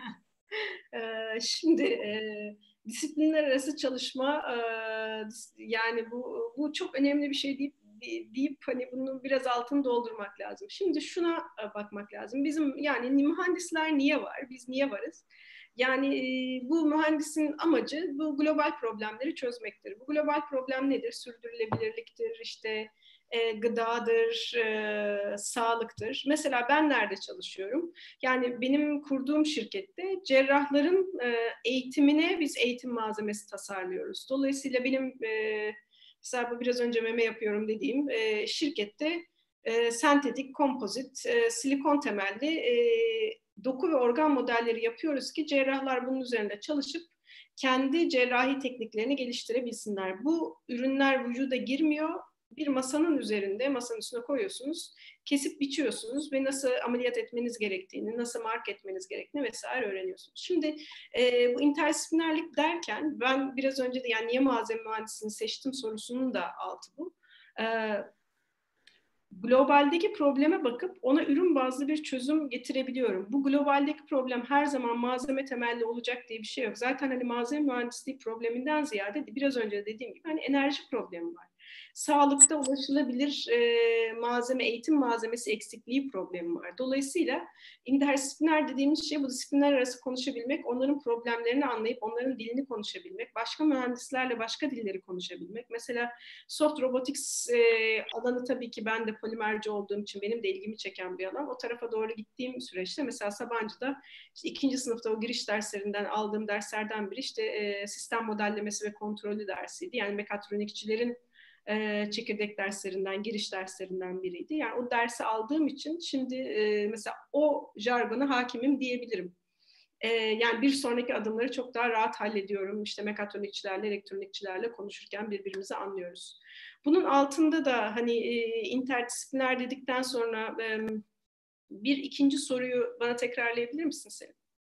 Ee, şimdi e, disiplinler arası çalışma e, yani bu bu çok önemli bir şey deyip deyip hani bunun biraz altını doldurmak lazım. Şimdi şuna e, bakmak lazım. Bizim yani mühendisler niye var? Biz niye varız? Yani e, bu mühendisin amacı bu global problemleri çözmektir. Bu global problem nedir? Sürdürülebilirliktir, işte e, gıdadır, e, sağlıktır. Mesela ben nerede çalışıyorum? Yani benim kurduğum şirkette cerrahların e, eğitimine biz eğitim malzemesi tasarlıyoruz. Dolayısıyla benim e, mesela bu biraz önce meme yapıyorum dediğim e, şirkette e, sentetik, kompozit, e, silikon temelli e, doku ve organ modelleri yapıyoruz ki cerrahlar bunun üzerinde çalışıp kendi cerrahi tekniklerini geliştirebilsinler. Bu ürünler vücuda girmiyor. Bir masanın üzerinde, masanın üstüne koyuyorsunuz, kesip biçiyorsunuz ve nasıl ameliyat etmeniz gerektiğini, nasıl mark etmeniz gerektiğini vesaire öğreniyorsunuz. Şimdi e, bu interdisiplinerlik derken ben biraz önce de yani niye malzeme mühendisliğini seçtim sorusunun da altı bu. E, globaldeki probleme bakıp ona ürün bazlı bir çözüm getirebiliyorum. Bu globaldeki problem her zaman malzeme temelli olacak diye bir şey yok. Zaten hani malzeme mühendisliği probleminden ziyade biraz önce dediğim gibi hani enerji problemi var. Sağlıkta ulaşılabilir e, malzeme, eğitim malzemesi eksikliği problemi var. Dolayısıyla interdisipliner dediğimiz şey bu disiplinler arası konuşabilmek, onların problemlerini anlayıp onların dilini konuşabilmek, başka mühendislerle başka dilleri konuşabilmek. Mesela soft robotics e, alanı tabii ki ben de polimerci olduğum için benim de ilgimi çeken bir alan. O tarafa doğru gittiğim süreçte mesela Sabancı'da işte ikinci sınıfta o giriş derslerinden aldığım derslerden biri işte e, sistem modellemesi ve kontrolü dersiydi. Yani mekatronikçilerin e, çekirdek derslerinden, giriş derslerinden biriydi. Yani o dersi aldığım için şimdi e, mesela o jargona hakimim diyebilirim. E, yani bir sonraki adımları çok daha rahat hallediyorum. İşte mekatronikçilerle, elektronikçilerle konuşurken birbirimizi anlıyoruz. Bunun altında da hani e, interdisipliner dedikten sonra e, bir ikinci soruyu bana tekrarlayabilir misin Selim?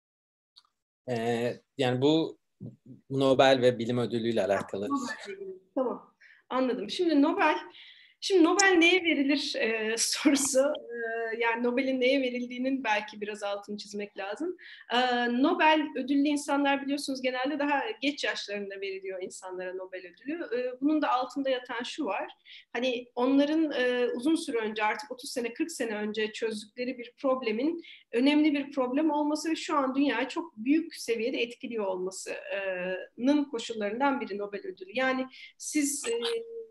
Ee, yani bu Nobel ve bilim ödülüyle alakalı. Tamam, anladım. Şimdi Nobel, şimdi Nobel neye verilir e, sorusu, e, yani Nobel'in neye verildiğinin belki biraz altını çizmek lazım. E, Nobel ödüllü insanlar biliyorsunuz genelde daha geç yaşlarında veriliyor insanlara Nobel ödülü. E, bunun da altında yatan şu var, hani onların e, uzun süre önce artık otuz sene kırk sene önce çözdükleri bir problemin önemli bir problem olması ve şu an dünyayı çok büyük seviyede etkiliyor olmasının koşullarından biri Nobel ödülü. Yani siz e,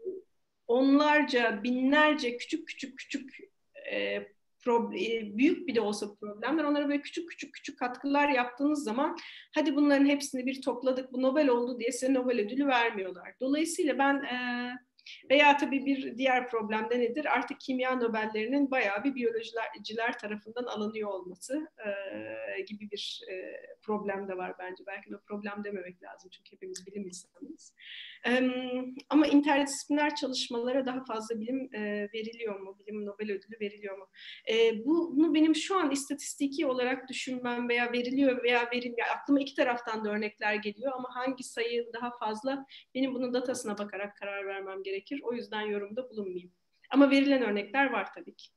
onlarca, binlerce küçük küçük küçük e, problem, büyük bile olsa problemler, onlara böyle küçük küçük küçük katkılar yaptığınız zaman hadi bunların hepsini bir topladık bu Nobel oldu diye size Nobel ödülü vermiyorlar. Dolayısıyla ben e, Veya tabii bir diğer problem de nedir? Artık kimya Nobellerinin bayağı bir biyolojiciler tarafından alınıyor olması e, gibi bir e, problem de var bence. Belki de problem dememek lazım çünkü hepimiz bilim insanıyız. E, ama interdisipliner çalışmalara daha fazla bilim e, veriliyor mu? Bilim Nobel ödülü veriliyor mu? E, bu, bunu benim şu an istatistiki olarak düşünmem veya veriliyor veya verilmiyor. Aklıma iki taraftan da örnekler geliyor ama hangi sayı daha fazla benim bunun datasına bakarak karar vermem gerekir. O yüzden yorumda bulunmayayım. Ama verilen örnekler var tabii ki.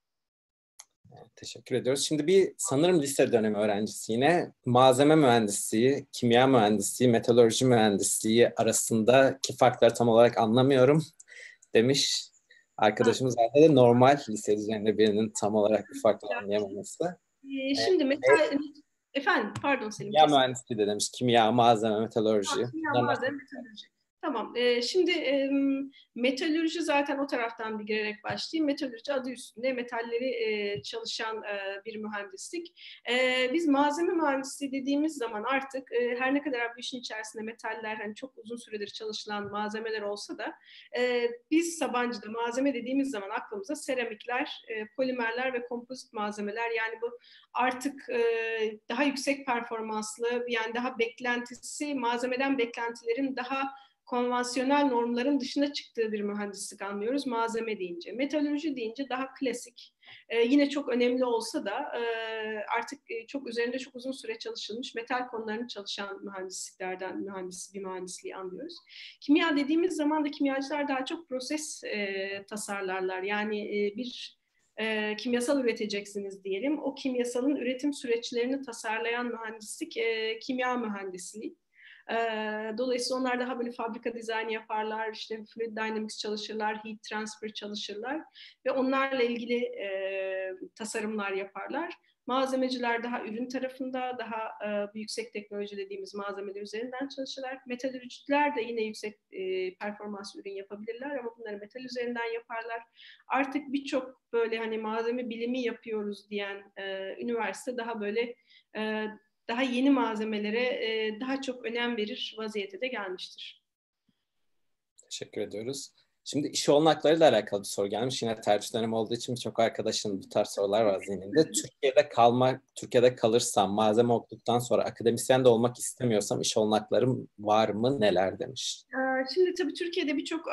Teşekkür ediyoruz. Şimdi bir sanırım lise dönemi öğrencisi yine malzeme mühendisliği, kimya mühendisliği, metalurji mühendisliği arasındaki farkları tam olarak anlamıyorum demiş. Arkadaşımız zaten de normal lise düzeyinde birinin tam olarak bu farkları anlayamaması. Ee, şimdi metal... Efendim, pardon Selim. Kimya mühendisliği de demiş. Kimya, malzeme, metalurji. Ha, kimya, malzeme, metalurji. Tamam. Ee, şimdi e, metalürji zaten o taraftan bir girerek başlayayım. Metalürji adı üstünde metalleri e, çalışan e, bir mühendislik. E, biz malzeme mühendisliği dediğimiz zaman artık e, her ne kadar bu işin içerisinde metaller hani çok uzun süredir çalışılan malzemeler olsa da e, biz Sabancı'da malzeme dediğimiz zaman aklımıza seramikler, e, polimerler ve kompozit malzemeler yani bu artık e, daha yüksek performanslı yani daha beklentisi malzemeden beklentilerin daha konvansiyonel normların dışına çıktığı bir mühendislik anlıyoruz malzeme deyince. Metalürji deyince daha klasik. Ee, yine çok önemli olsa da e, artık çok üzerinde çok uzun süre çalışılmış metal konularını çalışan mühendisliklerden mühendis, bir mühendisliği anlıyoruz. Kimya dediğimiz zaman da kimyacılar daha çok proses e, tasarlarlar. Yani e, bir e, kimyasal üreteceksiniz diyelim. O kimyasalın üretim süreçlerini tasarlayan mühendislik e, kimya mühendisliği. Dolayısıyla onlar daha böyle fabrika dizaynı yaparlar, işte fluid dynamics çalışırlar, heat transfer çalışırlar ve onlarla ilgili e, tasarımlar yaparlar. Malzemeciler daha ürün tarafında, daha e, yüksek teknoloji dediğimiz malzemeler üzerinden çalışırlar. Metalürjiler de yine yüksek e, performans ürün yapabilirler ama bunları metal üzerinden yaparlar. Artık birçok böyle hani malzeme bilimi yapıyoruz diyen e, üniversite daha böyle e, daha yeni malzemelere e, daha çok önem verir vaziyete de gelmiştir. Teşekkür ediyoruz. Şimdi iş olanaklarıyla alakalı bir soru gelmiş. Yine tercih dönemi olduğu için birçok arkadaşın bu tarz sorular var zihninde. Türkiye'de kalmak, Türkiye'de kalırsam, malzeme okuduktan sonra akademisyen de olmak istemiyorsam iş olanaklarım var mı, neler demiş. Şimdi tabii Türkiye'de birçok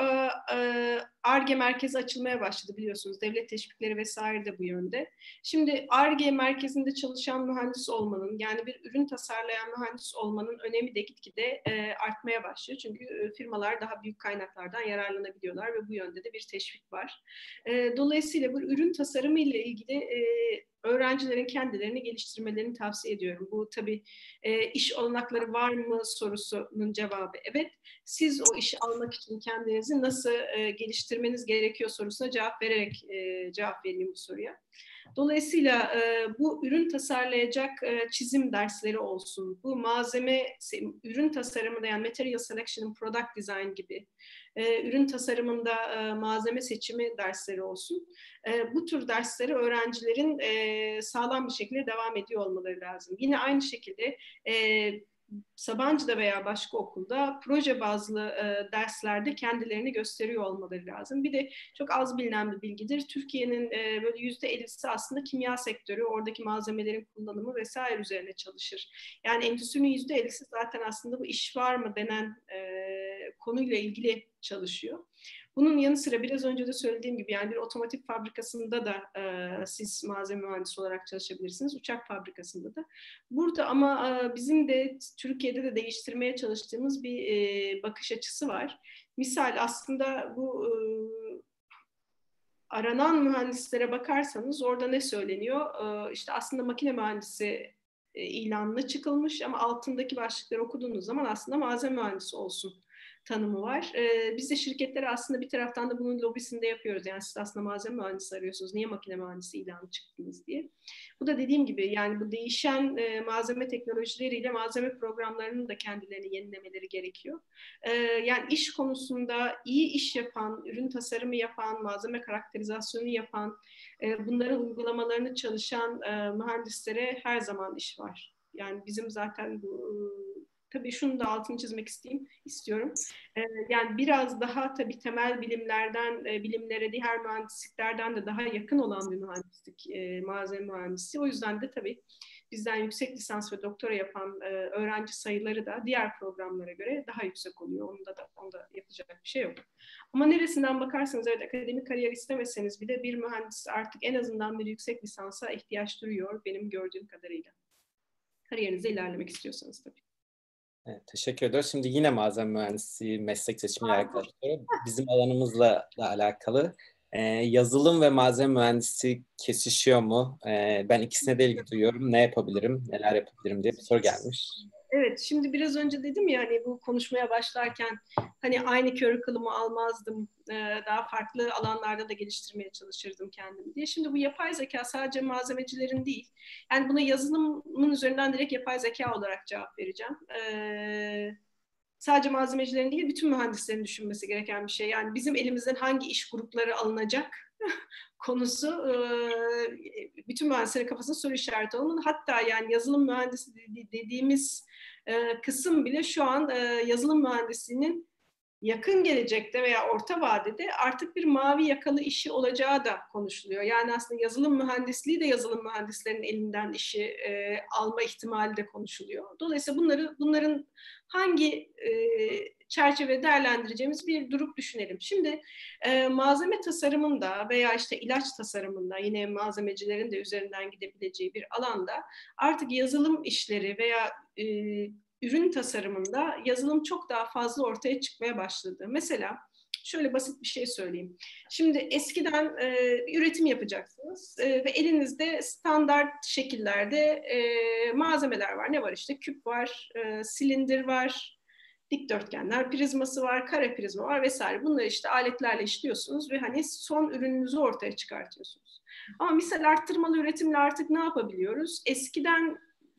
Ar-Ge merkezi açılmaya başladı biliyorsunuz. Devlet teşvikleri vesaire de bu yönde. Şimdi Ar-Ge merkezinde çalışan mühendis olmanın yani bir ürün tasarlayan mühendis olmanın önemi de gitgide artmaya başlıyor. Çünkü firmalar daha büyük kaynaklardan yararlanabiliyorlar ve bu yönde de bir teşvik var. Dolayısıyla bu ürün tasarımı ile ilgili öğrencilerin kendilerini geliştirmelerini tavsiye ediyorum. Bu tabii e, iş olanakları var mı sorusunun cevabı evet. Siz o işi almak için kendinizi nasıl e, geliştirmeniz gerekiyor sorusuna cevap vererek e, cevap vereyim bu soruya. Dolayısıyla e, bu ürün tasarlayacak e, çizim dersleri olsun, bu malzeme, ürün tasarımında yani material selection, product design gibi e, ürün tasarımında e, malzeme seçimi dersleri olsun. E, bu tür dersleri öğrencilerin e, sağlam bir şekilde devam ediyor olmaları lazım. Yine aynı şekilde e, Sabancı'da veya başka okulda proje bazlı e, derslerde kendilerini gösteriyor olmaları lazım. Bir de çok az bilinen bir bilgidir. Türkiye'nin e, böyle yüzde ellisi aslında kimya sektörü, oradaki malzemelerin kullanımı vesaire üzerine çalışır. Yani endüstrinin yüzde ellisi zaten aslında bu iş var mı denen e, konuyla ilgili çalışıyor. Bunun yanı sıra biraz önce de söylediğim gibi yani bir otomotiv fabrikasında da e, siz malzeme mühendisi olarak çalışabilirsiniz. Uçak fabrikasında da. Burada ama e, bizim de Türkiye'de de değiştirmeye çalıştığımız bir e, bakış açısı var. Misal aslında bu e, aranan mühendislere bakarsanız orada ne söyleniyor? E, işte aslında makine mühendisi e, ilanına çıkılmış ama altındaki başlıkları okuduğunuz zaman aslında malzeme mühendisi olsun tanımı var. Ee, biz de şirketlere aslında bir taraftan da bunun lobisini de yapıyoruz. Yani siz aslında malzeme mühendisi arıyorsunuz. Niye makine mühendisi ilanı çıktınız diye. Bu da dediğim gibi yani bu değişen e, malzeme teknolojileriyle malzeme programlarının da kendilerini yenilemeleri gerekiyor. Ee, yani iş konusunda iyi iş yapan, ürün tasarımı yapan, malzeme karakterizasyonu yapan, e, bunların uygulamalarını çalışan e, mühendislere her zaman iş var. Yani bizim zaten bu tabii şunu da altını çizmek isteyeyim, istiyorum. Ee, yani biraz daha tabii temel bilimlerden, e, bilimlere, diğer mühendisliklerden de daha yakın olan bir mühendislik, e, malzeme mühendisliği. O yüzden de tabii bizden yüksek lisans ve doktora yapan e, öğrenci sayıları da diğer programlara göre daha yüksek oluyor. Onda da, onda yapacak bir şey yok. Ama neresinden bakarsanız, evet, akademik kariyer istemeseniz bile bir mühendis artık en azından bir yüksek lisansa ihtiyaç duyuyor benim gördüğüm kadarıyla. Kariyerinizde ilerlemek istiyorsanız tabii. Evet, teşekkür ediyoruz. Şimdi yine malzeme mühendisliği meslek seçimiyle alakalı bir soru. Bizim alanımızla da alakalı. Ee, yazılım ve malzeme mühendisliği kesişiyor mu? Ee, ben ikisine de ilgi duyuyorum. Ne yapabilirim, neler yapabilirim diye bir soru gelmiş. Evet, şimdi biraz önce dedim ya hani bu konuşmaya başlarken hani aynı curriculum'u almazdım, daha farklı alanlarda da geliştirmeye çalışırdım kendimi diye. Şimdi bu yapay zeka sadece malzemecilerin değil, yani buna yazılımın üzerinden direkt yapay zeka olarak cevap vereceğim. Ee, sadece malzemecilerin değil, bütün mühendislerin düşünmesi gereken bir şey. Yani bizim elimizden hangi iş grupları alınacak konusu bütün mühendislerin kafasında soru işareti olmalı. Hatta yani yazılım mühendisi dediğimiz kısım bile şu an yazılım mühendisliğinin yakın gelecekte veya orta vadede artık bir mavi yakalı işi olacağı da konuşuluyor. Yani aslında yazılım mühendisliği de yazılım mühendislerinin elinden işi e, alma ihtimali de konuşuluyor. Dolayısıyla bunları bunların hangi e, çerçeve değerlendireceğimiz bir durup düşünelim. Şimdi e, malzeme tasarımında veya işte ilaç tasarımında yine malzemecilerin de üzerinden gidebileceği bir alanda artık yazılım işleri veya e, ürün tasarımında yazılım çok daha fazla ortaya çıkmaya başladı. Mesela şöyle basit bir şey söyleyeyim. Şimdi eskiden e, üretim yapacaksınız e, ve elinizde standart şekillerde e, malzemeler var. Ne var işte? Küp var, e, silindir var, dikdörtgenler, prizması var, kare prizma var vesaire. Bunları işte aletlerle işliyorsunuz ve hani son ürününüzü ortaya çıkartıyorsunuz. Ama misal arttırmalı üretimle artık ne yapabiliyoruz? Eskiden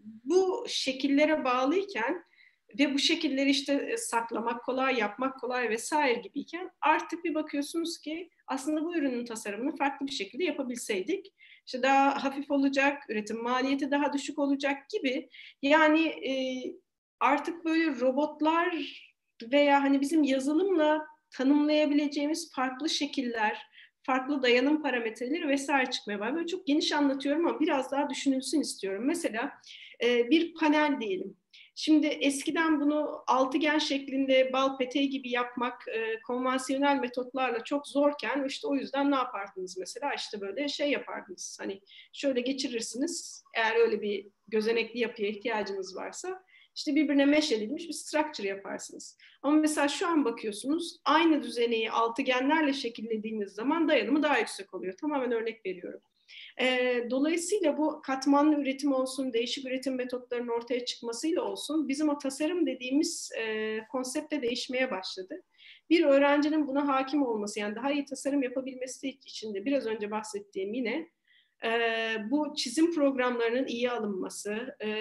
bu şekillere bağlıyken ve bu şekilleri işte saklamak kolay, yapmak kolay vesaire gibiyken artık bir bakıyorsunuz ki aslında bu ürünün tasarımını farklı bir şekilde yapabilseydik işte daha hafif olacak, üretim maliyeti daha düşük olacak gibi. Yani e, artık böyle robotlar veya hani bizim yazılımla tanımlayabileceğimiz farklı şekiller, farklı dayanım parametreleri vesaire çıkmaya başlıyor. Böyle çok geniş anlatıyorum ama biraz daha düşünülsün istiyorum. Mesela e, bir panel diyelim. Şimdi eskiden bunu altıgen şeklinde bal peteği gibi yapmak e, konvansiyonel metotlarla çok zorken işte o yüzden ne yapardınız mesela? İşte böyle şey yapardınız. Hani şöyle geçirirsiniz eğer öyle bir gözenekli yapıya ihtiyacınız varsa. İşte birbirine mesh edilmiş bir structure yaparsınız. Ama mesela şu an bakıyorsunuz aynı düzeneyi altıgenlerle şekillediğiniz zaman dayanımı daha yüksek oluyor. Tamamen örnek veriyorum. E, dolayısıyla bu katmanlı üretim olsun, değişik üretim metotlarının ortaya çıkmasıyla olsun bizim o tasarım dediğimiz e, konsepte değişmeye başladı. Bir öğrencinin buna hakim olması, yani daha iyi tasarım yapabilmesi için de biraz önce bahsettiğim yine e, bu çizim programlarının iyi alınması, e,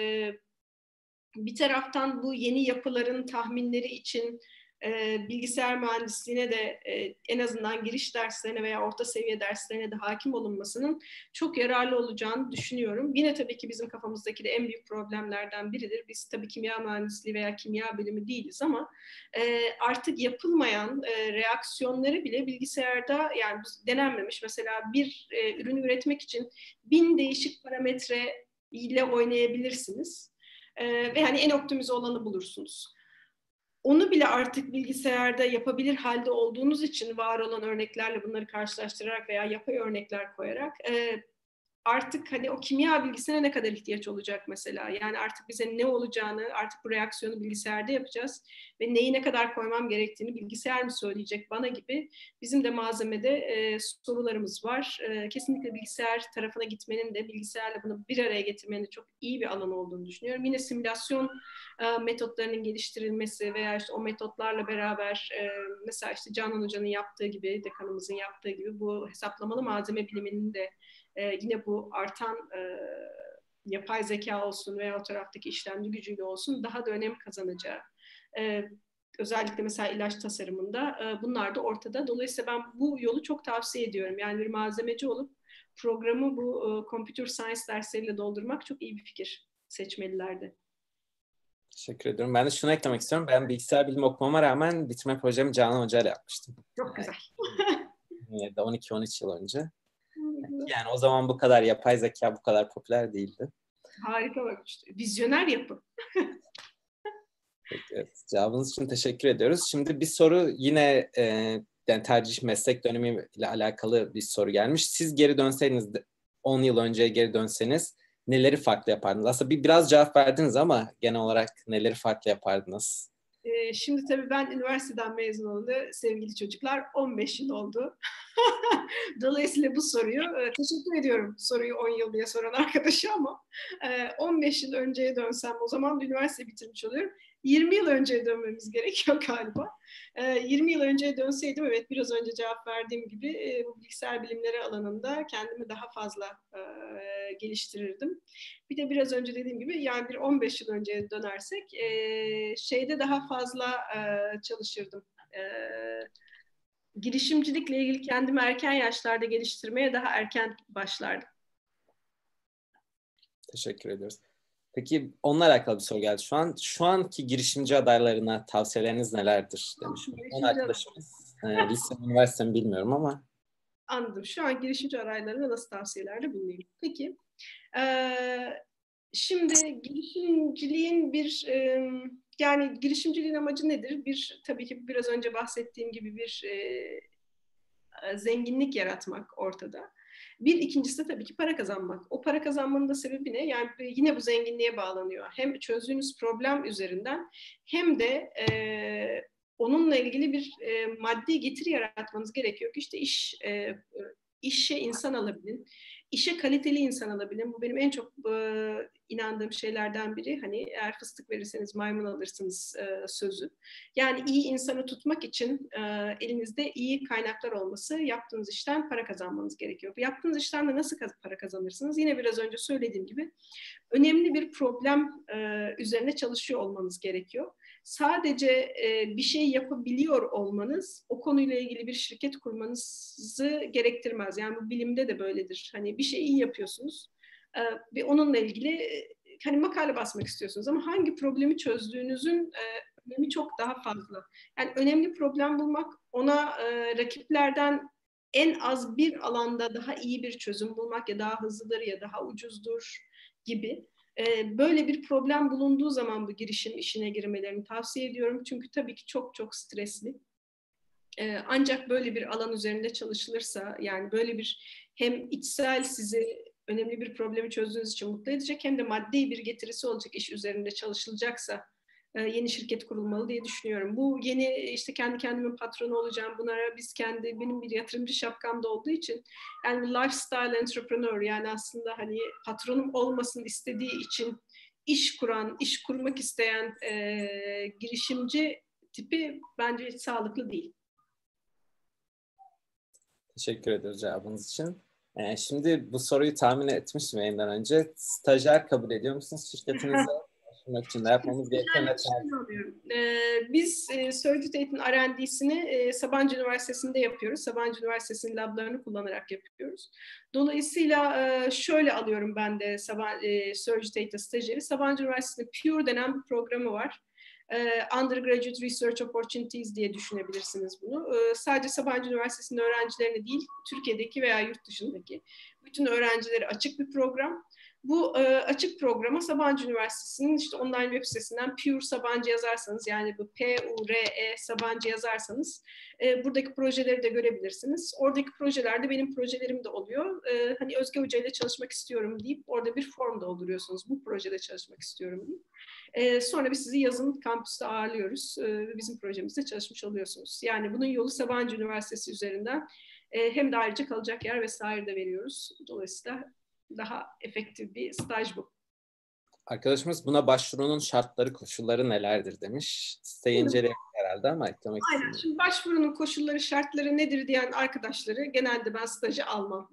bir taraftan bu yeni yapıların tahminleri için e, bilgisayar mühendisliğine de e, en azından giriş derslerine veya orta seviye derslerine de hakim olunmasının çok yararlı olacağını düşünüyorum. Yine tabii ki bizim kafamızdaki de en büyük problemlerden biridir. Biz tabii kimya mühendisliği veya kimya bilimi değiliz ama e, artık yapılmayan e, reaksiyonları bile bilgisayarda yani denenmemiş. Mesela bir e, ürünü üretmek için bin değişik parametre ile oynayabilirsiniz. Ee, ve hani en optimize olanı bulursunuz. Onu bile artık bilgisayarda yapabilir halde olduğunuz için var olan örneklerle bunları karşılaştırarak veya yapay örnekler koyarak e, artık hani o kimya bilgisine ne kadar ihtiyaç olacak mesela? Yani artık bize ne olacağını, artık bu reaksiyonu bilgisayarda yapacağız ve neyi ne kadar koymam gerektiğini bilgisayar mı söyleyecek bana gibi bizim de malzemede e, sorularımız var. E, kesinlikle bilgisayar tarafına gitmenin de bilgisayarla bunu bir araya getirmenin de çok iyi bir alan olduğunu düşünüyorum. Yine simülasyon e, metotlarının geliştirilmesi veya işte o metotlarla beraber e, mesela işte Canan Hoca'nın yaptığı gibi, dekanımızın yaptığı gibi bu hesaplamalı malzeme biliminin de Ee, yine bu artan e, yapay zeka olsun veya o taraftaki işlemci gücüyle olsun daha da önem kazanacağı. Ee, özellikle mesela ilaç tasarımında e, bunlar da ortada. Dolayısıyla ben bu yolu çok tavsiye ediyorum. Yani bir malzemeci olup programı bu e, computer science dersleriyle doldurmak çok iyi bir fikir seçmelilerde. Teşekkür ediyorum. Ben de şunu eklemek istiyorum. Ben bilgisayar bilimi okumama rağmen bitirme projemi Canan Hoca ile yapmıştım. Çok güzel. Yani on iki on üç yıl önce. Yani o zaman bu kadar yapay zeka bu kadar popüler değildi. Harika bak işte. Vizyoner yapı. Peki, evet. Cevabınız için teşekkür ediyoruz. Şimdi bir soru yine e, yani tercih meslek dönemi ile alakalı bir soru gelmiş. Siz geri dönseydiniz, on yıl önceye geri dönseniz neleri farklı yapardınız? Aslında bir biraz cevap verdiniz ama genel olarak neleri farklı yapardınız? Ee, şimdi tabii ben üniversiteden mezun oldu sevgili çocuklar. on beş yıl oldu. Dolayısıyla bu soruyu e, teşekkür ediyorum soruyu on yıl diye soran arkadaşa ama e, on beş yıl önceye dönsem o zaman da üniversite bitirmiş oluyorum. yirmi yıl önceye dönmemiz gerekiyor galiba. E, yirmi yıl önceye dönseydim evet biraz önce cevap verdiğim gibi e, bu bilgisayar bilimleri alanında kendimi daha fazla e, geliştirirdim. Bir de biraz önce dediğim gibi yani bir on beş yıl önceye dönersek e, şeyde daha fazla e, çalışırdım. E, girişimcilikle ilgili kendimi erken yaşlarda geliştirmeye daha erken başlardım. Teşekkür ediyoruz. Peki onunla alakalı bir soru geldi şu an. Şu anki girişimci adaylarına tavsiyeleriniz nelerdir demiş. On arkadaşımız. E, lise, üniversite mi bilmiyorum ama. Anladım. Şu an girişimci adaylarına nasıl tavsiyelerde bulunayım? Peki. Ee, şimdi girişimciliğin bir e, yani girişimciliğin amacı nedir? Bir tabii ki biraz önce bahsettiğim gibi bir e, zenginlik yaratmak ortada. Bir ikincisi de tabii ki para kazanmak. O para kazanmanın da sebebi ne? Yani yine bu zenginliğe bağlanıyor. Hem çözdüğünüz problem üzerinden hem de e, onunla ilgili bir e, maddi getiri yaratmanız gerekiyor ki işte iş e, işe insan alabilin, işe kaliteli insan alabilin. Bu benim en çok e, inandığım şeylerden biri. Hani eğer fıstık verirseniz maymun alırsınız e, sözü. Yani iyi insanı tutmak için e, elinizde iyi kaynaklar olması, yaptığınız işten para kazanmanız gerekiyor. Yaptığınız işten de nasıl para kazanırsınız? Yine biraz önce söylediğim gibi önemli bir problem e, üzerine çalışıyor olmanız gerekiyor. Sadece e, bir şey yapabiliyor olmanız o konuyla ilgili bir şirket kurmanızı gerektirmez. Yani bu bilimde de böyledir. Hani bir şeyi iyi yapıyorsunuz e, ve onunla ilgili e, hani makale basmak istiyorsunuz ama hangi problemi çözdüğünüzün e, önemi çok daha fazla. Yani önemli problem bulmak, ona e, rakiplerden en az bir alanda daha iyi bir çözüm bulmak ya daha hızlıdır ya daha ucuzdur gibi. Ee, böyle bir problem bulunduğu zaman bu girişim işine girmelerini tavsiye ediyorum. Çünkü tabii ki çok çok stresli. Ee, ancak böyle bir alan üzerinde çalışılırsa yani böyle bir hem içsel sizi önemli bir problemi çözdüğünüz için mutlu edecek hem de maddi bir getirisi olacak iş üzerinde çalışılacaksa yeni şirket kurulmalı diye düşünüyorum. Bu yeni işte kendi kendimin patronu olacağım. Bunlara biz kendi benim bir yatırımcı şapkamda olduğu için yani lifestyle entrepreneur yani aslında hani patronum olmasın istediği için iş kuran, iş kurmak isteyen e, girişimci tipi bence hiç sağlıklı değil. Teşekkür ediyoruz cevabınız için. Ee, şimdi bu soruyu tahmin etmiştim yayından önce. Stajyer kabul ediyor musunuz şirketinize? Başvurmak için ne yapmamız gerekiyor? Ee, biz e, Surgitate'in R and D'sini e, Sabancı Üniversitesi'nde yapıyoruz. Sabancı Üniversitesi'nin lablarını kullanarak yapıyoruz. Dolayısıyla e, şöyle alıyorum ben de Saban, e, Surgitate'de stajyeri. Sabancı Üniversitesi'nde Pure denen bir programı var. Undergraduate Research Opportunities diye düşünebilirsiniz bunu. Sadece Sabancı Üniversitesi'nin öğrencilerine değil, Türkiye'deki veya yurt dışındaki bütün öğrencilere açık bir program. Bu açık programa Sabancı Üniversitesi'nin işte online web sitesinden Pure Sabancı yazarsanız yani bu P U R E Sabancı yazarsanız buradaki projeleri de görebilirsiniz. Oradaki projelerde benim projelerim de oluyor. Hani Özge Hoca ile çalışmak istiyorum deyip orada bir form dolduruyorsunuz. Bu projede çalışmak istiyorum deyip. Ee, sonra biz sizi yazın kampüste ağırlıyoruz ve ee, bizim projemizde çalışmış oluyorsunuz. Yani bunun yolu Sabancı Üniversitesi üzerinden e, hem de ayrıca kalacak yer vesaire de veriyoruz. Dolayısıyla daha efektif bir staj bu. Arkadaşımız buna başvurunun şartları, koşulları nelerdir demiş. Siteyi inceleyelim herhalde ama eklemek istiyorum. Aynen. Şimdi başvurunun koşulları, şartları nedir diyen arkadaşları genelde ben stajı almam.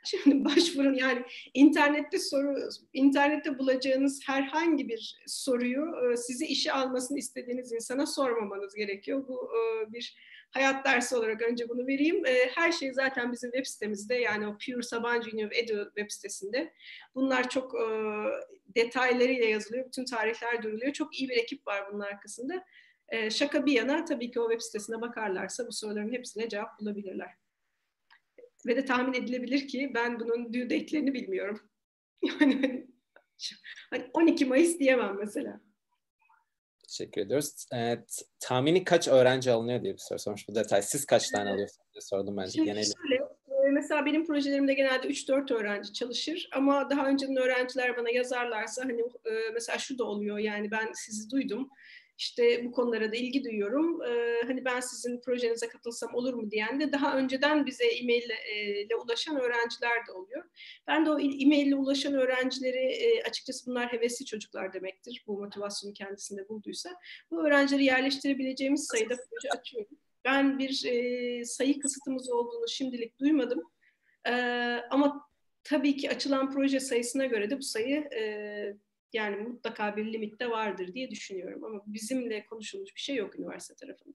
Şimdi başvurun, yani internette soru, internette bulacağınız herhangi bir soruyu sizi işe almasını istediğiniz insana sormamanız gerekiyor. Bu bir hayat dersi olarak önce bunu vereyim. Her şey zaten bizim web sitemizde, yani o Pure Sabancı Uni Edu web sitesinde. Bunlar çok detaylarıyla yazılıyor. Bütün tarihler duruluyor. Çok iyi bir ekip var bunun arkasında. Şaka bir yana, tabii ki o web sitesine bakarlarsa bu soruların hepsine cevap bulabilirler. Ve de tahmin edilebilir ki ben bunun due date'lerini bilmiyorum. Yani hani on iki Mayıs diyemem mesela. Teşekkür ediyoruz. Evet, tahmini kaç öğrenci alınıyor diye bir soru sormuş, bu detay. Siz kaç tane alıyorsunuz diye sordum bence. Şimdi geneli. şöyle, mesela benim projelerimde genelde üç dört öğrenci çalışır ama daha önceden öğrenciler bana yazarlarsa, hani mesela şu da oluyor, yani ben sizi duydum, İşte bu konulara da ilgi duyuyorum. Ee, hani ben sizin projenize katılsam olur mu diyen de daha önceden bize e-mail ile ulaşan öğrenciler de oluyor. Ben de o e-mail ile ulaşan öğrencileri, e, açıkçası bunlar hevesli çocuklar demektir. Bu motivasyonu kendisinde bulduysa. Bu öğrencileri yerleştirebileceğimiz sayıda proje açıyorum. Ben bir e, sayı kısıtımız olduğunu şimdilik duymadım. E, ama tabii ki açılan proje sayısına göre de bu sayı e, yani mutlaka bir limitte vardır diye düşünüyorum. Ama bizimle konuşulmuş bir şey yok üniversite tarafında.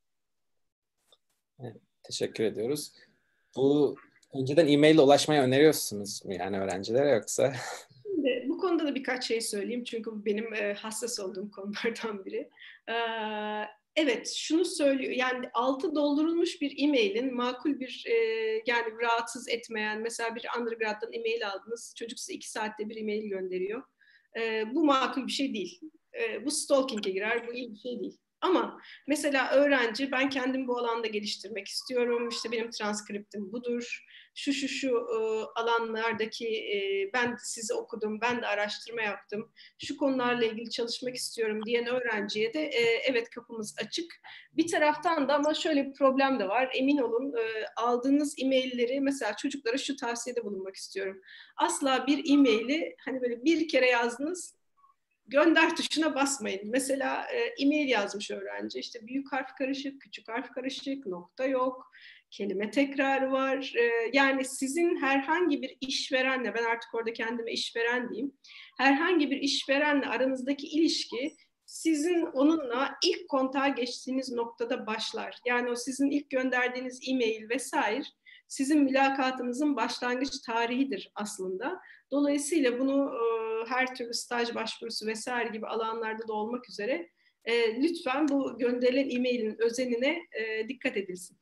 Evet, teşekkür ediyoruz. Bu önceden e-mail ile ulaşmayı öneriyorsunuz mu yani öğrencilere, yoksa? Şimdi, bu konuda da birkaç şey söyleyeyim. Çünkü bu benim e, hassas olduğum konulardan biri. E, evet, şunu söylüyor. Yani altı doldurulmuş bir e-mailin makul bir e, yani rahatsız etmeyen, mesela bir undergrad'dan e-mail aldınız. Çocuk size iki saatte bir e-mail gönderiyor. E, bu makul bir şey değil. E, bu stalking'e girer. Bu iyi bir şey değil. Ama mesela öğrenci, ben kendimi bu alanda geliştirmek istiyorum. İşte benim transkriptim budur. Şu şu şu e, alanlardaki e, ben sizi okudum, ben de araştırma yaptım. Şu konularla ilgili çalışmak istiyorum diyen öğrenciye de e, evet, kapımız açık. Bir taraftan da ama şöyle bir problem de var. Emin olun, e, aldığınız e-mailleri, mesela çocuklara şu tavsiyede bulunmak istiyorum. Asla bir e-maili hani böyle bir kere yazdınız, gönder tuşuna basmayın. Mesela e-mail yazmış öğrenci. İşte büyük harf karışık, küçük harf karışık, nokta yok, kelime tekrarı var. E, yani sizin herhangi bir işverenle, ben artık orada kendime işveren diyeyim, herhangi bir işverenle aranızdaki ilişki sizin onunla ilk kontağa geçtiğiniz noktada başlar. Yani o sizin ilk gönderdiğiniz e-mail vesaire sizin mülakatınızın başlangıç tarihidir aslında. Dolayısıyla bunu e, her türlü staj başvurusu vesaire gibi alanlarda da olmak üzere e, lütfen bu gönderilen e-mailin özenine e, dikkat edilsin.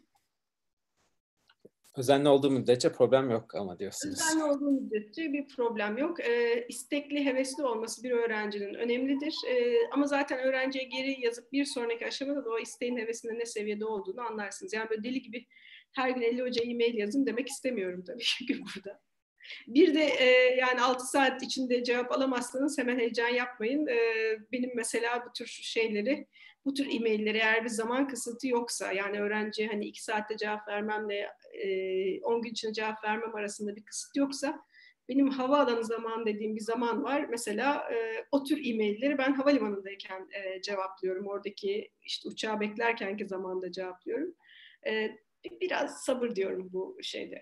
Özenli olduğu müddetçe problem yok ama diyorsunuz. Özenli olduğu müddetçe bir problem yok. E, istekli, hevesli olması bir öğrencinin önemlidir. E, ama zaten öğrenciye geri yazıp bir sonraki aşamada da o isteğin, hevesinin ne seviyede olduğunu anlarsınız. Yani böyle deli gibi her gün elli hocaya e-mail yazın demek istemiyorum tabii ki burada. Bir de e, yani altı saat içinde cevap alamazsanız hemen heyecan yapmayın. E, benim mesela bu tür şeyleri, bu tür e-mailleri, eğer bir zaman kısıtı yoksa, yani öğrenci hani iki saatte cevap vermemle e, on gün içinde cevap vermem arasında bir kısıt yoksa, benim havaalanı zamanı dediğim bir zaman var. Mesela e, o tür e-mailleri ben havalimanındayken e, cevaplıyorum. Oradaki işte uçağı beklerkenki zamanda cevaplıyorum. E, biraz sabır diyorum bu şeyde.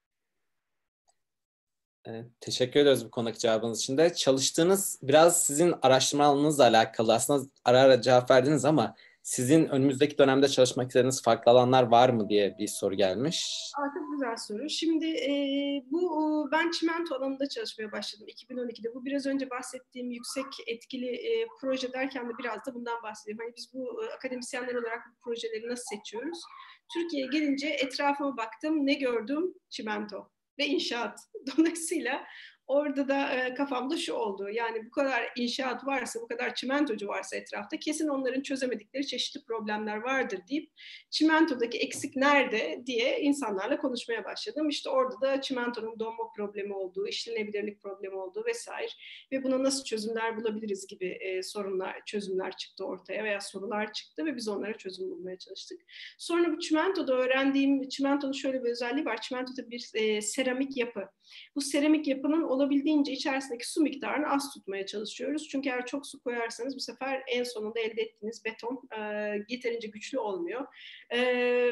Evet, teşekkür ederiz bu konudaki cevabınız için de. Çalıştığınız biraz sizin araştırma alanınızla alakalı. Aslında ara ara cevap verdiniz ama sizin önümüzdeki dönemde çalışmak istediğiniz farklı alanlar var mı diye bir soru gelmiş. Aa, çok güzel soru. Şimdi e, bu ben çimento alanında çalışmaya başladım iki bin on ikide. Bu biraz önce bahsettiğim yüksek etkili e, proje derken de biraz da bundan bahsedeyim. Hani biz bu e, akademisyenler olarak bu projeleri nasıl seçiyoruz? Türkiye'ye gelince etrafıma baktım, ne gördüm? Çimento ve inşaat. Dolayısıyla orada da e, kafamda şu oldu. Yani bu kadar inşaat varsa, bu kadar çimentocu varsa etrafta, kesin onların çözemedikleri çeşitli problemler vardır deyip çimentodaki eksik nerede diye insanlarla konuşmaya başladım. İşte orada da çimentonun donma problemi olduğu, işlenebilirlik problemi olduğu vesaire ve buna nasıl çözümler bulabiliriz gibi e, sorunlar, çözümler çıktı ortaya veya sorular çıktı ve biz onlara çözüm bulmaya çalıştık. Sonra bu çimentoda öğrendiğim, çimentonun şöyle bir özelliği var. Çimentoda bir e, seramik yapı. Bu seramik yapının olabildiğince içerisindeki su miktarını az tutmaya çalışıyoruz. Çünkü eğer çok su koyarsanız bu sefer en sonunda elde ettiğiniz beton e, yeterince güçlü olmuyor. E,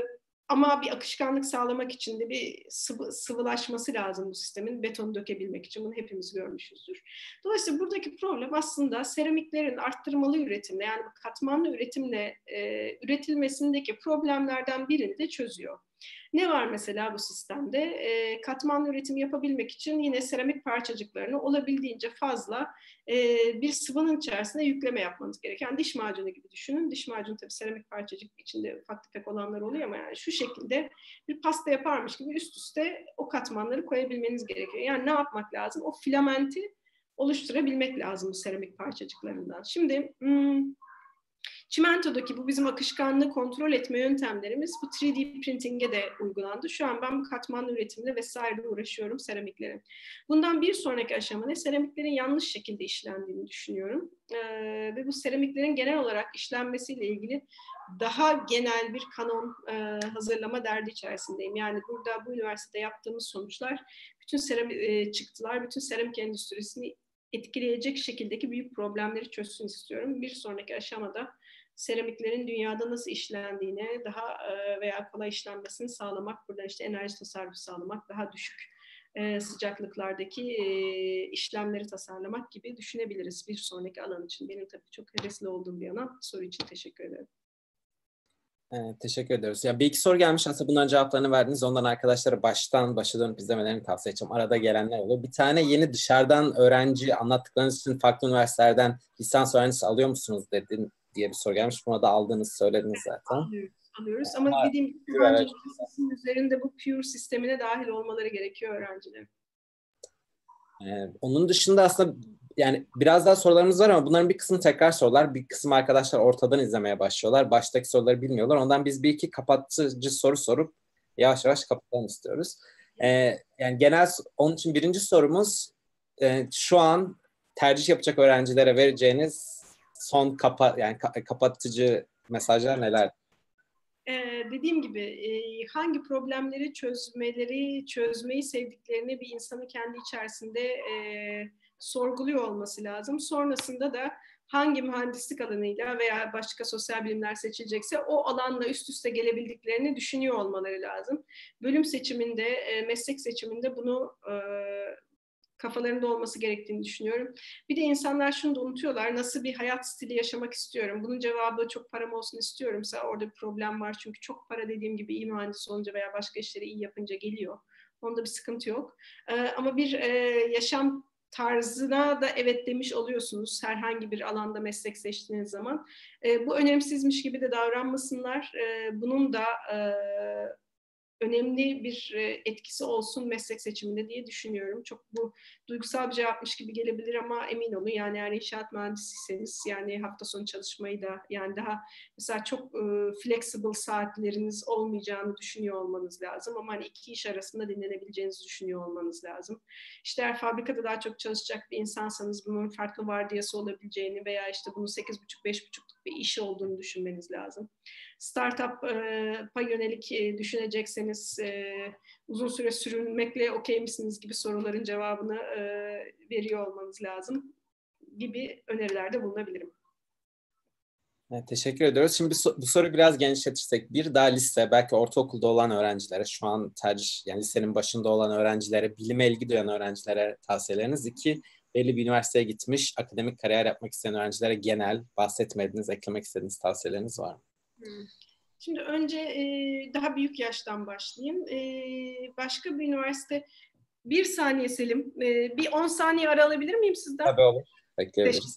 Ama bir akışkanlık sağlamak için de bir sıvı, sıvılaşması lazım bu sistemin, betonu dökebilmek için. Bunu hepimiz görmüşüzdür. Dolayısıyla buradaki problem aslında seramiklerin arttırmalı üretimle, yani katmanlı üretimle e, üretilmesindeki problemlerden birini de çözüyor. Ne var mesela bu sistemde? E, katmanlı üretim yapabilmek için yine seramik parçacıklarını olabildiğince fazla e, bir sıvının içerisine yükleme yapmanız gereken, yani diş macunu gibi düşünün. Diş macunu tabii seramik parçacık içinde ufak tefek olanlar oluyor ama yani şu şekilde bir pasta yaparmış gibi üst üste o katmanları koyabilmeniz gerekiyor. Yani ne yapmak lazım? O filamenti oluşturabilmek lazım bu seramik parçacıklarından. Şimdi hmm, çimentodaki bu bizim akışkanlığı kontrol etme yöntemlerimiz bu üç D printing'e de uygulandı. Şu an ben bu katmanlı üretimle vesaire uğraşıyorum seramiklerin. Bundan bir sonraki aşama ne? Seramiklerin yanlış şekilde işlendiğini düşünüyorum. Ee, ve bu seramiklerin genel olarak işlenmesiyle ilgili daha genel bir kanon e, hazırlama derdi içerisindeyim. Yani burada bu üniversitede yaptığımız sonuçlar bütün seramik e, çıktılar, bütün seramik endüstrisini etkileyecek şekildeki büyük problemleri çözsün istiyorum. Bir sonraki aşamada seramiklerin dünyada nasıl işlendiğini daha veya kolay işlenmesini sağlamak, burada işte enerji tasarrufu sağlamak, daha düşük sıcaklıklardaki işlemleri tasarlamak gibi düşünebiliriz bir sonraki alan için. Benim tabii çok hevesli olduğum bir alan. Soru için teşekkür ederim. Evet, teşekkür ediyoruz. Ya bir iki soru gelmiş, aslında bunların cevaplarını verdiniz. Ondan arkadaşlara baştan başa dönüp izlemelerini tavsiye edeceğim. Arada gelenler olur. Bir tane yeni dışarıdan öğrenci, anlattıklarınız için farklı üniversitelerden lisans öğrencisi alıyor musunuz dedin diye bir soru gelmiş. Buna da aldığınızı söylediniz zaten. Alıyoruz, alıyoruz. Ama, Ama dediğim gibi bence üniversitesinin üzerinde bu Pure sistemine dahil olmaları gerekiyor öğrencilerin. Ee, onun dışında aslında yani biraz daha sorularımız var ama bunların bir kısmı tekrar sorular. Bir kısım arkadaşlar ortadan izlemeye başlıyorlar. Baştaki soruları bilmiyorlar. Ondan biz bir iki kapatıcı soru sorup yavaş yavaş kapatalım istiyoruz. Ee, yani genel, onun için birinci sorumuz e, şu an tercih yapacak öğrencilere vereceğiniz son kapa yani ka- kapatıcı mesajlar neler? Ee, dediğim gibi e, hangi problemleri çözmeleri, çözmeyi sevdiklerini bir insanın kendi içerisinde e, sorguluyor olması lazım. Sonrasında da hangi mühendislik alanıyla veya başka sosyal bilimler seçilecekse o alanla üst üste gelebildiklerini düşünüyor olmaları lazım. Bölüm seçiminde, e, meslek seçiminde bunu e, kafalarında olması gerektiğini düşünüyorum. Bir de insanlar şunu da unutuyorlar. Nasıl bir hayat stili yaşamak istiyorum? Bunun cevabı çok param olsun istiyorumsa orada bir problem var. Çünkü çok para, dediğim gibi, iyi mühendis olunca veya başka işleri iyi yapınca geliyor. Onda bir sıkıntı yok. Ee, ama bir e, yaşam tarzına da evet demiş oluyorsunuz herhangi bir alanda meslek seçtiğiniz zaman. E, bu önemsizmiş gibi de davranmasınlar. E, bunun da e, önemli bir etkisi olsun meslek seçiminde diye düşünüyorum. Çok bu duygusal bir cevapmış gibi gelebilir ama emin olun, yani eğer inşaat mühendisiyseniz, yani hafta sonu çalışmayı da, yani daha mesela çok e, flexible saatleriniz olmayacağını düşünüyor olmanız lazım ama hani iki iş arasında dinlenebileceğinizi düşünüyor olmanız lazım. İşte eğer fabrikada daha çok çalışacak bir insansanız bunun farklı vardiyası olabileceğini veya işte bunun sekiz buçuk beş buçukluk bir iş olduğunu düşünmeniz lazım. Startup'a yönelik e, düşünecekseniz e, uzun süre sürünmekle okey misiniz gibi soruların cevabını e, veriyor olmanız lazım gibi önerilerde bulunabilirim. Evet, teşekkür ediyoruz. Şimdi bu soruyu biraz genişletirsek, bir daha lise, belki ortaokulda olan öğrencilere, şu an tercih, yani lisenin başında olan öğrencilere, bilime ilgi duyan öğrencilere tavsiyeleriniz. İki, belli bir üniversiteye gitmiş, akademik kariyer yapmak isteyen öğrencilere genel, bahsetmediğiniz, eklemek istediğiniz tavsiyeleriniz var mı? Hmm. Şimdi önce e, daha büyük yaştan başlayayım. E, başka bir üniversite, bir saniye Selim, e, bir on saniye ara alabilir miyim sizden? Tabii olur. Bekleyebiliriz.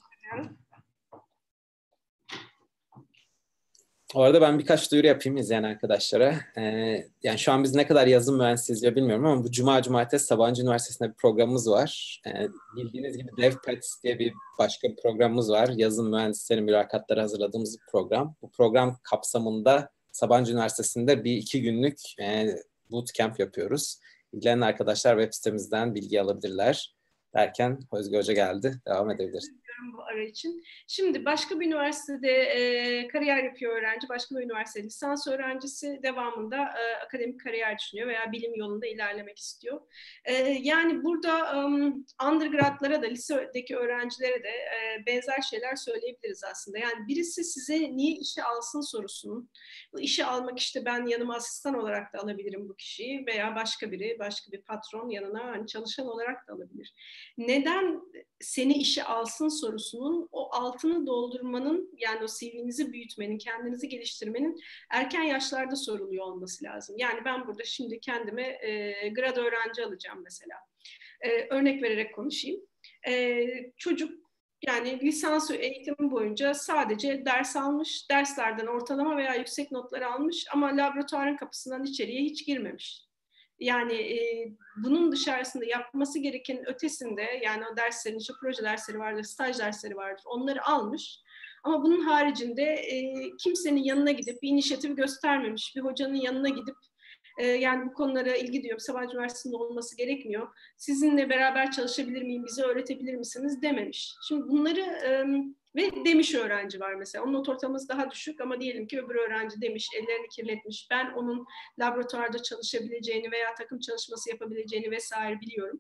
O arada ben birkaç duyuru yapayım izleyen arkadaşlara. Ee, yani şu an biz ne kadar yazılım mühendisliği izliyor bilmiyorum ama bu Cuma Cumartesi Sabancı Üniversitesi'nde bir programımız var. Ee, bildiğiniz gibi DevPads diye bir başka bir programımız var. Yazılım mühendislerinin mülakatları hazırladığımız bir program. Bu program kapsamında Sabancı Üniversitesi'nde bir iki günlük e, bootcamp yapıyoruz. İlgilenen arkadaşlar web sitemizden bilgi alabilirler. Derken Özge Hoca geldi. Devam edebiliriz. ediyorum bu ara için. Şimdi başka bir üniversitede e, kariyer yapıyor öğrenci, başka bir üniversitede lisans öğrencisi devamında e, akademik kariyer düşünüyor veya bilim yolunda ilerlemek istiyor. E, yani burada um, undergradlara da lisedeki öğrencilere de e, benzer şeyler söyleyebiliriz aslında. Yani birisi size niye işe alsın sorusunun, bu işe almak işte ben yanıma asistan olarak da alabilirim bu kişiyi veya başka biri, başka bir patron yanına hani çalışan olarak da alabilir. Neden seni işe alsın sorusunun o altını doldurmanın yani o C V'nizi büyütmenin, kendinizi geliştirmenin erken yaşlarda soruluyor olması lazım. Yani ben burada şimdi kendime e, grad öğrenci alacağım mesela. E, örnek vererek konuşayım. E, çocuk yani lisans eğitimi boyunca sadece ders almış, derslerden ortalama veya yüksek notlar almış ama laboratuvarın kapısından içeriye hiç girmemiş. Yani e, bunun dışarısında yapması gereken ötesinde yani o derslerin işte proje dersleri vardır, staj dersleri vardır. Onları almış. Ama bunun haricinde e, kimsenin yanına gidip bir inisiyatif göstermemiş, bir hocanın yanına gidip e, yani bu konulara ilgi duyuyorum. Sabancı Üniversitesi'nde olması gerekmiyor. Sizinle beraber çalışabilir miyim, bize öğretebilir misiniz dememiş. Şimdi bunları e, ve demiş öğrenci var mesela. Onun not ortalaması daha düşük ama diyelim ki öbür öğrenci demiş, ellerini kirletmiş. Ben onun laboratuvarda çalışabileceğini veya takım çalışması yapabileceğini vesaire biliyorum.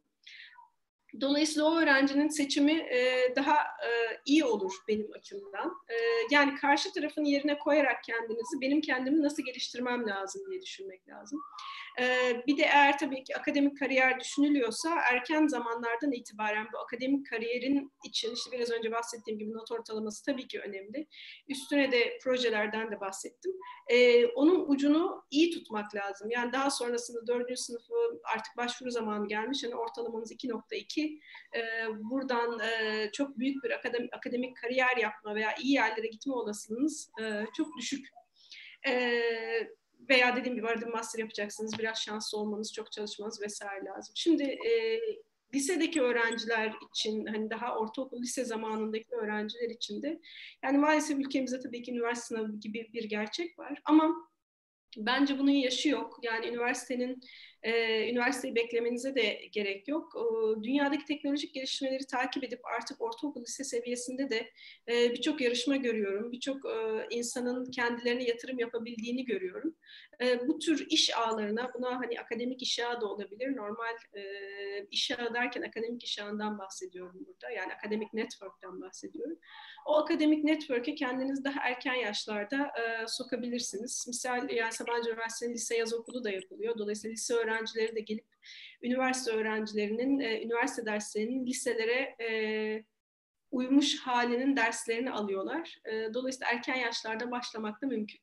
Dolayısıyla o öğrencinin seçimi e, daha e, iyi olur benim açımdan. E, yani karşı tarafın yerine koyarak kendinizi benim kendimi nasıl geliştirmem lazım diye düşünmek lazım. E, bir de eğer tabii ki akademik kariyer düşünülüyorsa erken zamanlardan itibaren bu akademik kariyerin için işte biraz önce bahsettiğim gibi not ortalaması tabii ki önemli. Üstüne de projelerden de bahsettim. E, onun ucunu iyi tutmak lazım. Yani daha sonrasında dördüncü sınıfı artık başvuru zamanı gelmiş. Yani ortalamanız iki nokta iki. E, buradan e, çok büyük bir akademik, akademik kariyer yapma veya iyi yerlere gitme olasılığınız e, çok düşük. E, veya dediğim gibi arada master yapacaksınız. Biraz şanslı olmanız, çok çalışmanız vesaire lazım. Şimdi e, lisedeki öğrenciler için hani daha ortaokul lise zamanındaki öğrenciler için de yani maalesef ülkemizde tabii ki üniversite sınavı gibi bir gerçek var ama bence bunun yaşı yok. Yani üniversitenin e, üniversiteyi beklemenize de gerek yok. O, dünyadaki teknolojik gelişmeleri takip edip artık ortaokul lise seviyesinde de e, birçok yarışma görüyorum. Birçok e, insanın kendilerine yatırım yapabildiğini görüyorum. E, bu tür iş ağlarına, buna hani akademik iş ağı da olabilir. Normal e, iş ağı derken akademik iş ağından bahsediyorum burada. Yani akademik network'ten bahsediyorum. O akademik network'e kendiniz daha erken yaşlarda e, sokabilirsiniz. Misal yani Sabancı Üniversitesi'nin lise yaz okulu da yapılıyor. Dolayısıyla lise öğrencileri de gelip üniversite öğrencilerinin, e, üniversite derslerinin liselere e, uymuş halinin derslerini alıyorlar. E, dolayısıyla erken yaşlarda başlamak da mümkün.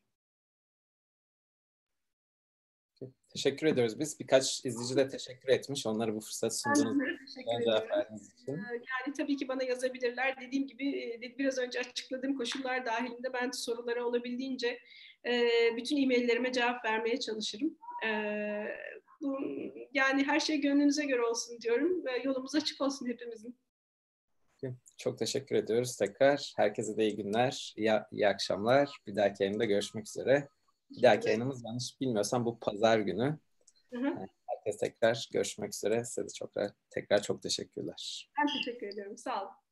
Teşekkür ediyoruz biz. Birkaç izleyici de teşekkür etmiş. Onlara bu fırsat sunduğunuz Ben teşekkür ediyorum. için. Yani tabii ki bana yazabilirler. Dediğim gibi biraz önce açıkladığım koşullar dahilinde ben sorulara olabildiğince bütün e-maillerime cevap vermeye çalışırım. Yani her şey gönlünüze göre olsun diyorum. Yolumuz açık olsun hepimizin. Çok teşekkür ediyoruz tekrar. Herkese de iyi günler, iyi, iyi akşamlar. Bir dahaki yayında görüşmek üzere. Bir dahaki yayınımız yanlış bilmiyorsam bu pazar günü. Hı hı. Herkes tekrar görüşmek üzere. Size de çok, tekrar çok teşekkürler. Ben teşekkür ediyorum. Sağ olun.